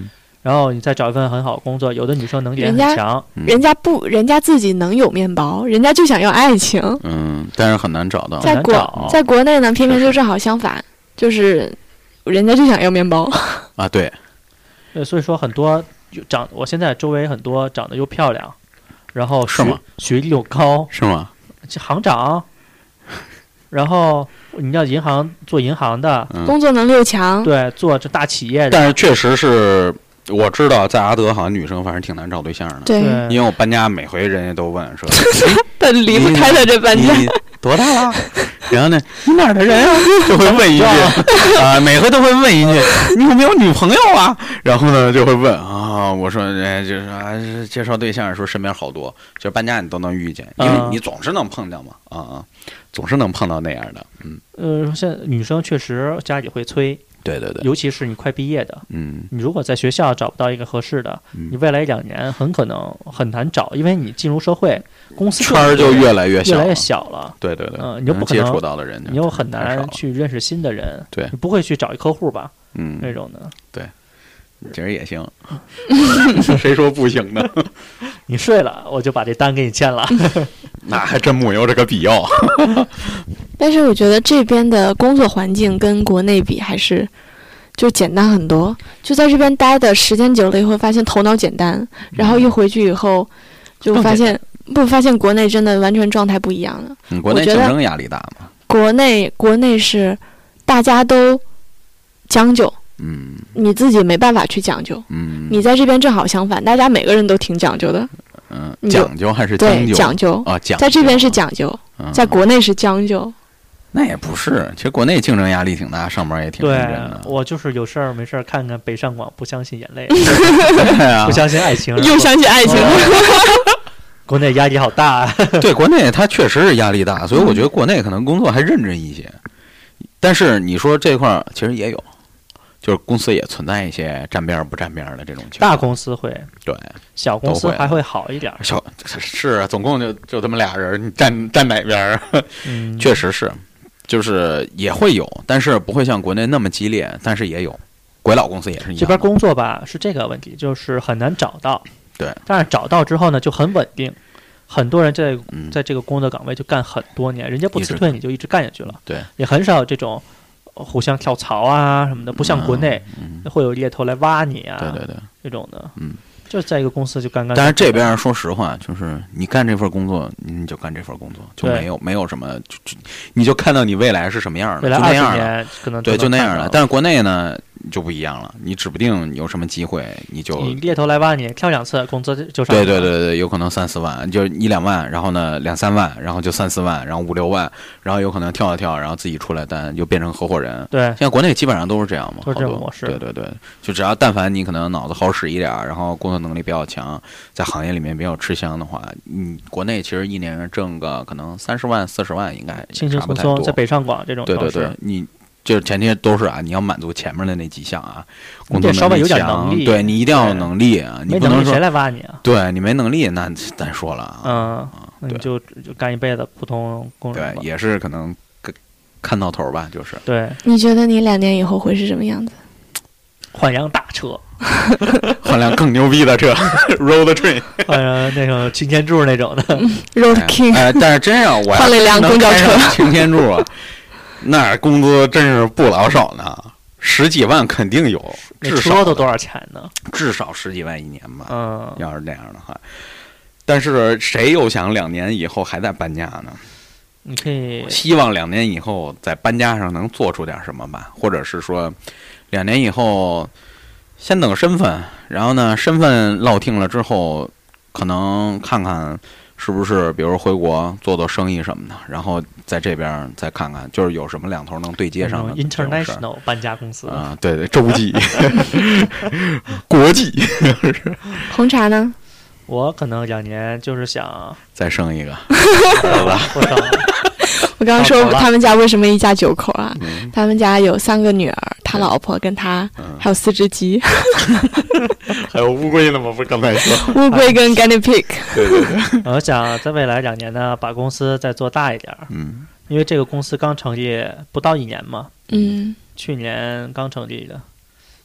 然后你再找一份很好的工作，有的女生能力也很强， 人家自己能有面包，人家就想要爱情， 但是很难找到。 在国内呢，偏偏就正好相反，就是人家就想要面包啊，对， 所以说很多我现在周围很多长得又漂亮，然后学历又高， 是吗？ 行长，然后你要做银行的， 工作能力又强， 对，做这大企业的， 但是确实是。我知道在阿德好像女生反正挺难找对象的， 对， 因为我搬家每回人家都问说， 他离不开他这搬家， 你多大了？然后呢，你哪儿的人啊？就会问一句啊，每回都会问一句，你有没有女朋友啊？然后呢就会问啊，我说就是介绍对象，说身边好多，就是搬家你都能遇见，因为你总是能碰到嘛，总是能碰到那样的， 现在女生确实家里会催。 对对对， 尤其是你快毕业的，你如果在学校找不到一个合适的，你未来2年很可能很难找，因为你进入社会，公司圈就越来越小了。 对对对， 你就不可能接触到的人， 你又很难去认识新的人。 对， 你不会去找一客户吧？那种的。 对，其实也行，谁说不行呢？ 你睡了，我就把这单给你签了。 那还真没有这个必要。 但是我觉得这边的工作环境跟国内比还是就简单很多，就在这边待的时间久了以后发现头脑简单，然后一回去以后就发现国内真的完全状态不一样了。 国内竞争压力大吗？ 国内是大家都将就，你自己没办法去讲究，你在这边正好相反，大家每个人都挺讲究的。 讲究还是将就？ 对，讲究啊，讲究在这边是讲究，在国内是将就。 那也不是，其实国内竞争压力挺大，上班也挺认真的。 我就是有事儿没事儿看看北上广，不相信眼泪， 不相信爱情， 又相信爱情。 国内压力好大啊！ 对，国内它确实是压力大，所以我觉得国内可能工作还认真一些。但是你说这块儿其实也有。就是公司也存在一些沾边不沾边的这种情况， 大公司会， 对， 小公司还会好一点。 是总共就这么俩人，你站哪边？确实是，就是也会有，但是不会像国内那么激烈，但是也有。鬼佬公司也是一样。 这边工作吧是这个问题，就是很难找到。 对， 但是找到之后呢，就很稳定。很多人在这个工作岗位就干很多年，人家不辞退你就一直干下去了。 对， 也很少有这种。互相跳槽啊什么的，不像国内会有猎头来挖你啊， 对， 这种的，就是在一个公司就干。 但是这边说实话，就是你干这份工作，你就干这份工作，就没有什么，你就看到你未来是什么样的， 未来20年可能对，就那样了。但是国内呢就不一样了，你指不定有什么机会，你猎头来挖你，跳2次工资就上。 对，有可能3-4万，就1-2万，然后呢2-3万，然后就3-4万，然后5-6万，然后有可能跳，然后自己出来单就变成合伙人。 对， 现在国内基本上都是这样嘛， 都是这种模式。 对，就只要但凡你可能脑子好使一点，然后工作能力比较强，在行业里面比较吃香的话，国内其实一年挣个可能30万、40万应该轻轻松松，在北上广这种对，你。就是前提都是啊，你要满足前面的那几项啊，工作稍微有点能力， 对你一定要有能力啊，你不能说谁来挖你啊？ 对你没能力，那咱说了那你就干一辈子普通工人。 对，也是可能看到头吧，就是。 对， 你觉得你2年以后会是什么样子？ 换辆大车， 换辆更牛逼的车，Road Train， 换那种擎天柱那种的 ，Road King。 但是真要我换了一辆公交车， 擎天柱啊。那工资真是不老少呢，10几万肯定有，至少都多少钱呢？ 至少10几万一年吧。要是那样的话，但是谁又想2年以后还在搬家呢？ 你可以希望2年以后在搬家上能做出点什么吧，或者是说2年以后先等身份，然后呢身份落定了之后，可能看看。是不是比如回国做生意什么的，然后在这边再看看，就是有什么两头能对接上的 international 搬家公司啊，对，洲际、国际。 红茶呢？ 我可能2年就是想再生一个， 好吧？ 我刚刚说他们家为什么一家9口啊？他们家有3个女儿，他老婆跟他，还有4只鸡， 还有乌龟呢吗？不是刚才说乌龟跟 guinea pig。 对。 我想在未来2年呢，把公司再做大一点。因为这个公司刚成立不到1年嘛。 去年刚成立的，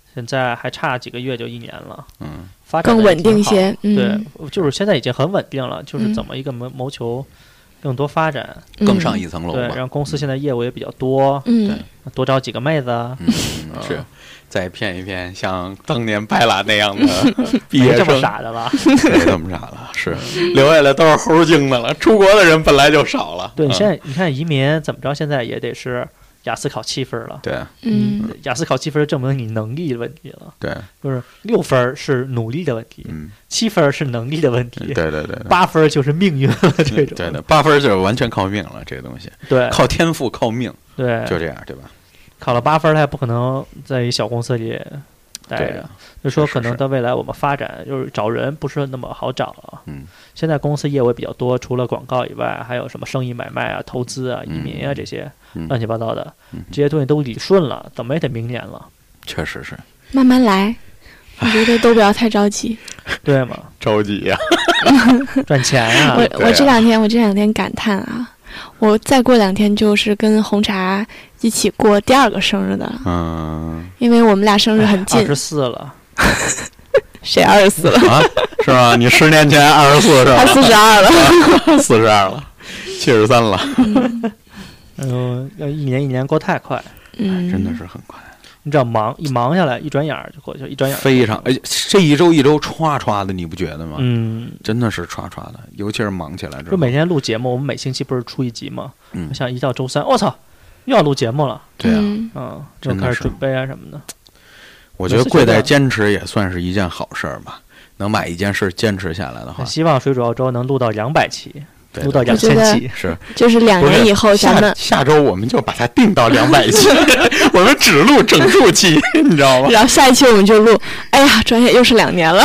现在还差几个月就1年了，发展更稳定些， 对，就是现在已经很稳定了，就是怎么一个谋求更多发展， 更上一层楼吧。 对，让公司现在业务也比较多，对，多找几个妹子， 是，再骗一骗像当年白拉那样的毕业生， 这么傻的了， 没这么傻了，是留下来都是猴精的了。出国的人本来就少了， 对，现在你看移民怎么着，现在也得是雅思考7分了， 对， 雅思考7分证明你能力的问题了， 对， 就是6分是努力的问题，7分是能力的问题， 对 ，8分就是命运了，这种， 对的，8分就是完全靠命了，这个东西， 对， 靠天赋，靠命， 对， 就这样，对吧？ 考了8分，他也不可能在一小公司里待着，就说可能到未来我们发展就是找人不是那么好找了，现在公司业务也比较多，除了广告以外，还有什么生意买卖啊、投资啊、移民啊这些乱七八糟的，这些东西都理顺了，怎么也得明年了。 确实是， 慢慢来，我觉得都不要太着急。 对嘛？ 着急呀， 赚钱呀！ 我这两天感叹啊，我再过2天就是跟红茶一起过第2个生日的，因为我们俩生日很近 ，24了。 谁24了啊？是吗？你10年前24是吧？ 他42了 ，42了，73了。 要一年过太快， 真的是很快。 你知道一忙下来，一转眼就过去了，一转眼非常，这一周歘歘的，你不觉得吗？真的是歘歘的，尤其是忙起来之后。 就每天录节目，我们每星期不是出1集吗？像一到周3，我操，又要录节目了。 对啊， 就开始准备啊什么的。 我觉得贵在坚持也算是一件好事儿吧，能把一件事坚持下来的话。 希望水煮澳洲能录到200期。录到2000期是， 就是2年以后咱们下周我们就把它定到200期，我们只录整数期，你知道吗？ 然后下一期我们就录，哎呀，转眼又是2年了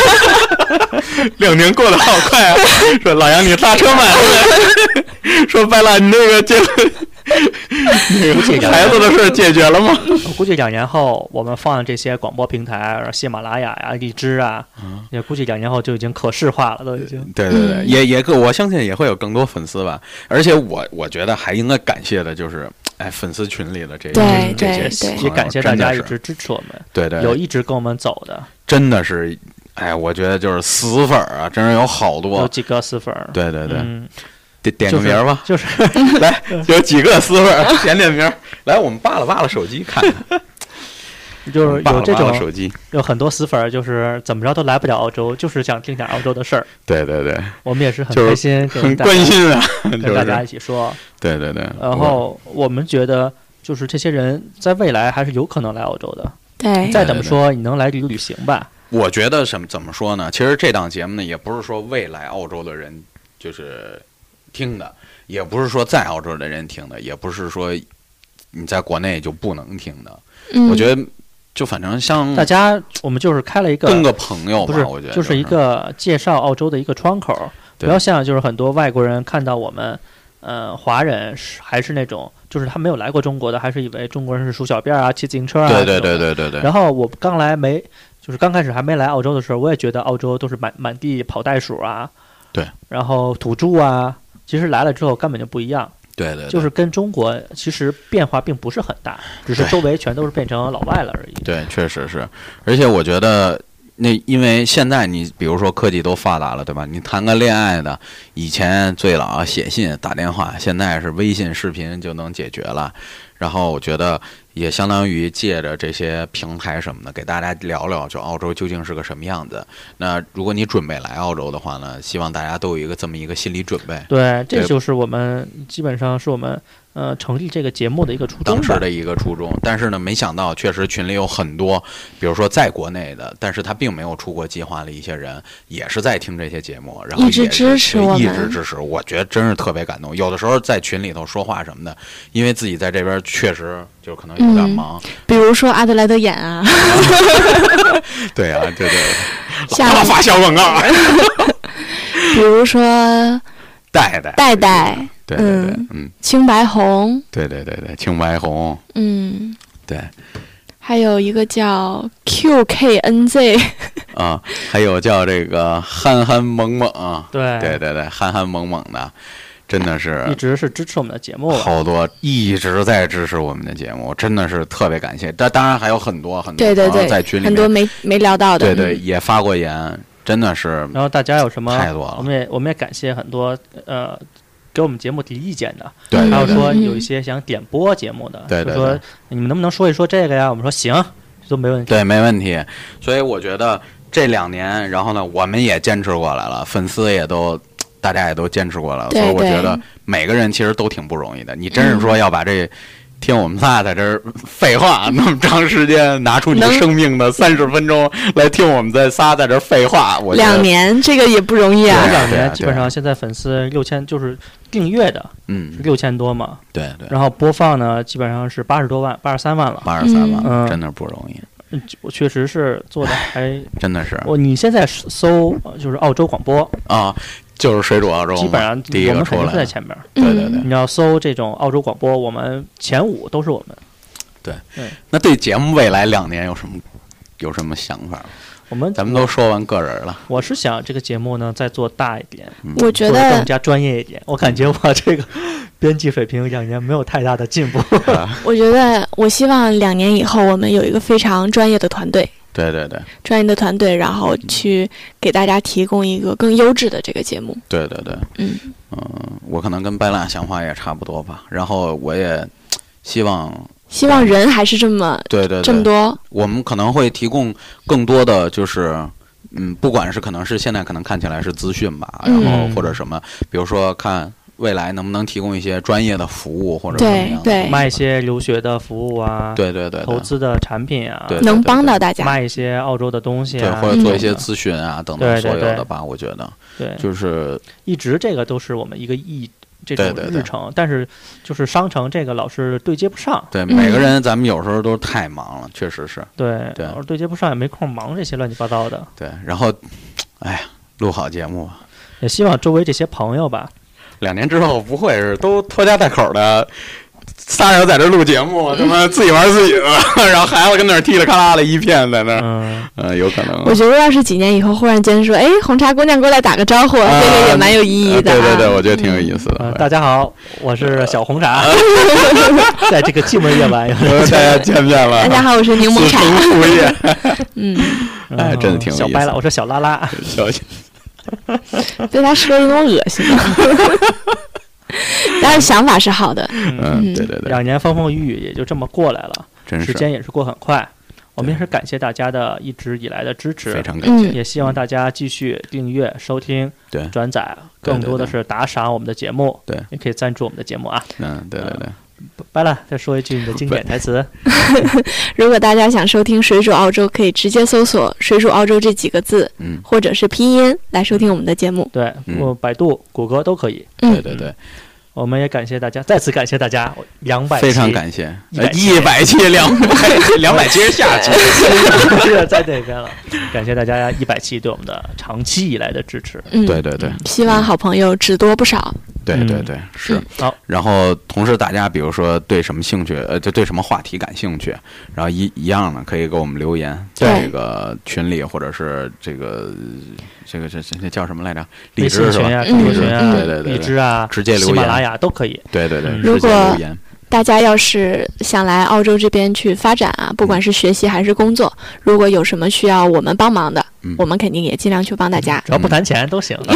，2年过得好快啊！说老杨你刹车慢了，说白了你那个结婚。孩子的事解决了吗？ 我估计2年后，我们放这些广播平台，喜马拉雅呀、荔枝啊，也估计2年后就已经可视化了，都已经。 对，也我相信也会有更多粉丝吧。而且我觉得还应该感谢的就是，粉丝群里的这些， 也感谢大家一直支持我们， 对， 有一直跟我们走的， 真的是，我觉得就是死粉啊，真是有好多， 有几个死粉， 对。点个名吧， 就是来有几个死粉点名，来我们扒拉手机看看， 就是有这种手机， 有很多死粉，就是怎么着都来不了澳洲，就是想听点澳洲的事儿。 对， 我们也是很开心， 很关心啊， 跟大家一起说。 对。 然后我们觉得，就是这些人在未来还是有可能来澳洲的。 对， 再怎么说，你能来旅行吧？ 我觉得怎么说呢？其实这档节目呢，也不是说未来澳洲的人就是听的，也不是说在澳洲的人听的，也不是说你在国内就不能听的。我觉得就反正像大家，我们就是开了一个跟个朋友吧， 不是， 我觉得就是一个介绍澳洲的一个窗口，不要像就是很多外国人看到我们，华人还是那种就是他没有来过中国的，还是以为中国人是数小辫啊、骑自行车啊。 对。 然后我就是刚开始还没来澳洲的时候，我也觉得澳洲都是满地跑袋鼠啊， 对， 然后土著啊。其实来了之后根本就不一样， 对， 就是跟中国其实变化并不是很大，只是周围全都是变成老外了而已。 对，确实是，而且我觉得因为现在你比如说科技都发达了，对吧？你谈个恋爱的，以前最老写信打电话，现在是微信视频就能解决了。然后我觉得也相当于借着这些平台什么的，给大家聊聊就澳洲究竟是个什么样子。那如果你准备来澳洲的话呢，希望大家都有一个这么一个心理准备。 对，这就是我们基本上是我们成立这个节目的一个初衷， 当时的一个初衷。但是呢，没想到确实群里有很多，比如说在国内的，但是他并没有出国计划的一些人，也是在听这些节目，然后一直支持我们， 一直支持。我觉得真是特别感动。有的时候在群里头说话什么的，因为自己在这边确实就可能有点忙， 比如说阿德莱德眼啊， 对啊，对， 老发小广告， 比如说戴，对， 青白红， 对，青白红，对， 还有一个叫 QKNZ 啊，还有叫这个憨憨萌萌啊， 对， 憨憨萌萌的。 真的是一直是支持我们的节目， 好多一直在支持我们的节目，真的是特别感谢。但当然还有很多对对对， 在群里面很多没聊到的， 对对，也发过言，真的是。 然后大家有什么太多了， 我们也感谢很多给我们节目提意见的， 对， 还有说有一些想点播节目的， 对对， 说你们能不能说一说这个呀？我们说行，都没问题， 对，没问题。所以我觉得这2年，然后呢，我们也坚持过来了，粉丝也都。大家也都坚持过来了，所以我觉得每个人其实都挺不容易的。你真是说要把这听我们仨在这儿废话那么长时间，拿出你生命的30分钟来听我们仨在这儿废话，我 2年这个也不容易啊。 2年基本上现在粉丝6000，就是订阅的，6000多嘛。 对对。 然后播放呢，基本上是80多万，83万了。 83万，真的不容易。 我确实是做的还真的是。 你现在搜就是澳洲广播啊。就是水煮澳洲， 基本上我们肯定是在前面。 对对对， 你要搜这种澳洲广播，我们前5都是我们。 对，那对节目未来2年有什么想法？咱们都说完个人了。 我是想这个节目呢再做大一点， 我觉得更加专业一点。我感觉我这个编辑水平2年没有太大的进步。 我觉得我希望2年以后我们有一个非常专业的团队。 对对对， 专业的团队，然后去给大家提供一个更优质的这个节目。 对对对，我可能跟白蜡想法也差不多吧。然后我也希望人还是这么这么多。 我们可能会提供更多的就是不管是可能是现在可能看起来是资讯吧，然后或者什么，比如说看。未来能不能提供一些专业的服务或者怎么样对卖一些留学的服务啊， 对对对， 投资的产品啊， 对能帮到大家， 卖一些澳洲的东西啊， 对，或者做一些咨询啊等等所有的吧，我觉得对， 就是一直这个都是我们一个这种日程，但是就是商城这个老是对接不上， 对，每个人咱们有时候都太忙了，确实是， 对，对接不上也没空忙这些乱七八糟的， 对，然后哎呀，录好节目， 也希望周围这些朋友吧。 2年之后不会是都拖家带口的仨人在这录节目，他妈自己玩自己的，然后孩子跟那儿踢了咔啦的一片在那儿，有可能。 我觉得要是几年以后忽然间说，哎，红茶姑娘过来打个招呼，这个也蛮有意义的。 对对对，我觉得挺有意思的。 大家好，我是小红茶，在这个寂寞夜晚， 大家见面了。 大家好，我是柠檬茶。 哎，真的挺有意思。 小白了，我是小拉拉。 被他说的那么恶心。但是想法是好的， 对对对 ，2年风风雨雨也就这么过来了， 真是时间也是过很快。我们也是感谢大家的一直以来的支持， 非常感谢， 也希望大家继续订阅、收听、转载，更多的是打赏我们的节目， 对， 也可以赞助我们的节目啊。 对对对。 拜了，再说一句你的经典台词。 如果大家想收听水煮澳洲，可以直接搜索水煮澳洲这几个字，或者是拼音来收听我们的节目。 对，百度、谷歌都可以。 对对对。 我们也感谢大家，再次感谢大家200期， 非常感谢100期200期下期是在这边了，感谢大家100期对我们的长期以来的支持。 对对对， 希望好朋友只多不少。 对对对，是好。 然后同时大家比如说对什么兴趣，就对什么话题感兴趣，然后一样的可以给我们留言，在这个群里或者是这叫什么来着？荔枝是吧 ？QQ群啊， 对对对， 荔枝啊， 直接留言， 喜马拉雅都可以。 对对对， 如果大家要是想来澳洲这边去发展啊，不管是学习还是工作，如果有什么需要我们帮忙的，我们肯定也尽量去帮大家， 只要不谈钱都行。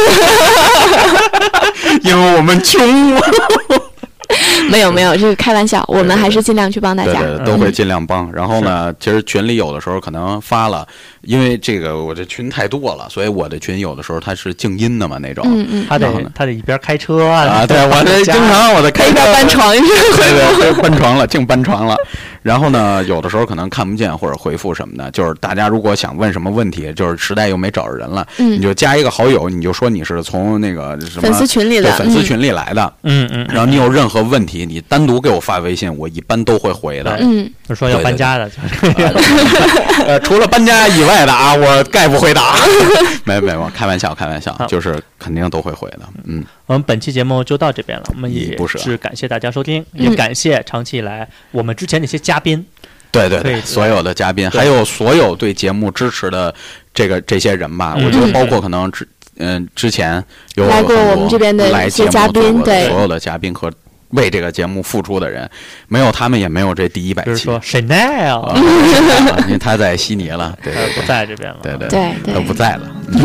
因为我们穷。 没有，这个开玩笑，我们还是尽量去帮大家， 对，都会尽量帮。然后呢，其实群里有的时候可能发了，因为这个我这群太多了，所以我的群有的时时候它是静音的嘛那种。 他得一边开车啊， 对，我这经常我在开车一边搬床， 对，搬床了，净搬床了。然后呢，有的时候可能看不见或者回复什么的，就是大家如果想问什么问题，就是实在又没找着人了，你就加一个好友，你就说你是从那个什么粉丝群里的， 粉丝群里来的，然后你有任何问题，你单独给我发微信，我一般都会回的。 就说要搬家的， 除了搬家以外的啊，我概不回答。没，开玩笑，就是肯定都会回的。 我们本期节目就到这边了，我们也是感谢大家收听，也感谢长期以来我们之前那些嘉宾， 对，所有的嘉宾，还有所有对节目支持的这些人吧，我觉得包括可能之前有来过我们这边的一些嘉宾，对所有的嘉宾和为这个节目付出的人，没有他们也没有这第100期。 比如说 Chanel， 因为他在悉尼了，对， 不在这边了， 对， 他不在了。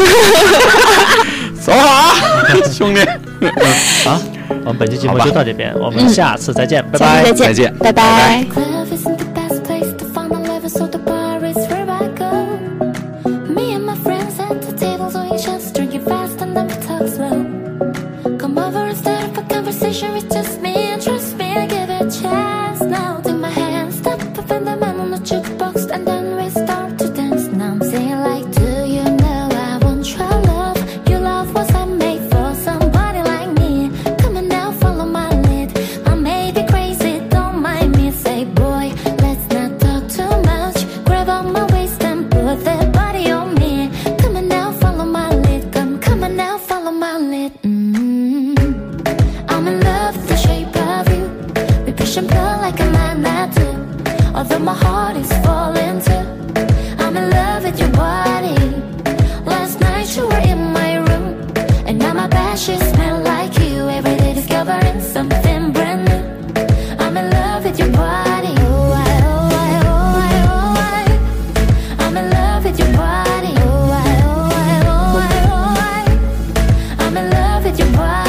走好啊，兄弟！ 好，我们本期节目就到这边，我们下次再见，拜拜， 再见， 拜拜。 It's just me and trust me, I give it a chance. Now take my hand, step up in the man on the jukebox, and then we start to dance. Now I'm singing like, do you know I want your love? Your love wasn't made for somebody like me. Come on now, follow my lead. I may be crazy, don't mind me. Say boy, let's not talk too much. Grab on my waist and put that body on me. Come on now, follow my lead. Come on now, follow my lead. I'm in love with the shape of you. We push and pull like a magnet do. Although my heart is falling too. I'm in love with your body. Last night you were in my room, and now my bed sheets smell like you. Every day discovering something brand new. I'm in love with your body. Oh I, oh I, oh I, oh I. I'm in love with your body. Oh I, oh I, oh I, oh I. I'm in love with your body.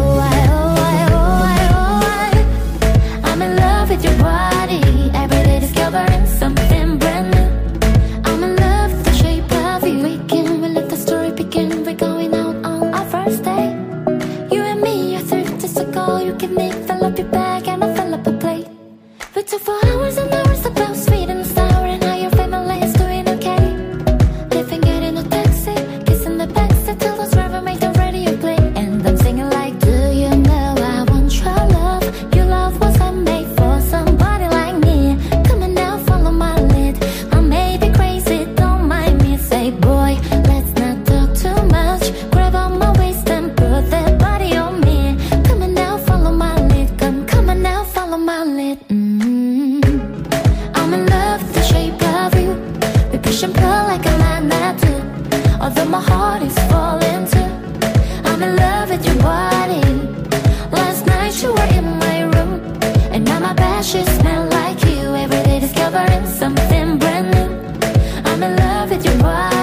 With your body, every day discovering something brand new. I'm in love with the shape of you. We let the story begin. We're going out on our first day. You and me are 30 days ago. You give me, fill up your bag, and I fill up a plate. We talk for hours and hours about sweet and sour and how your family is doing okay. Living it in a taxi, kissing the backseat till the driver made the radio play. And I'm singing like, do you know I want your love? Your love wasn't made for somebody like me. Come on now, follow my lead. I may be crazy, don't mind me. Say boy, let's not talk too much. Grab on my waist and put that body on me. Come on now, follow my lead. Come on now, follow my lead. I'm in love with the shape of you. We push and pull like a magnet do. Although my heart is falling too. I'm in love with your body. Last night you were in my room, and now my bed sheets smell like you. Every day discovering something brand new. I'm in love with your body.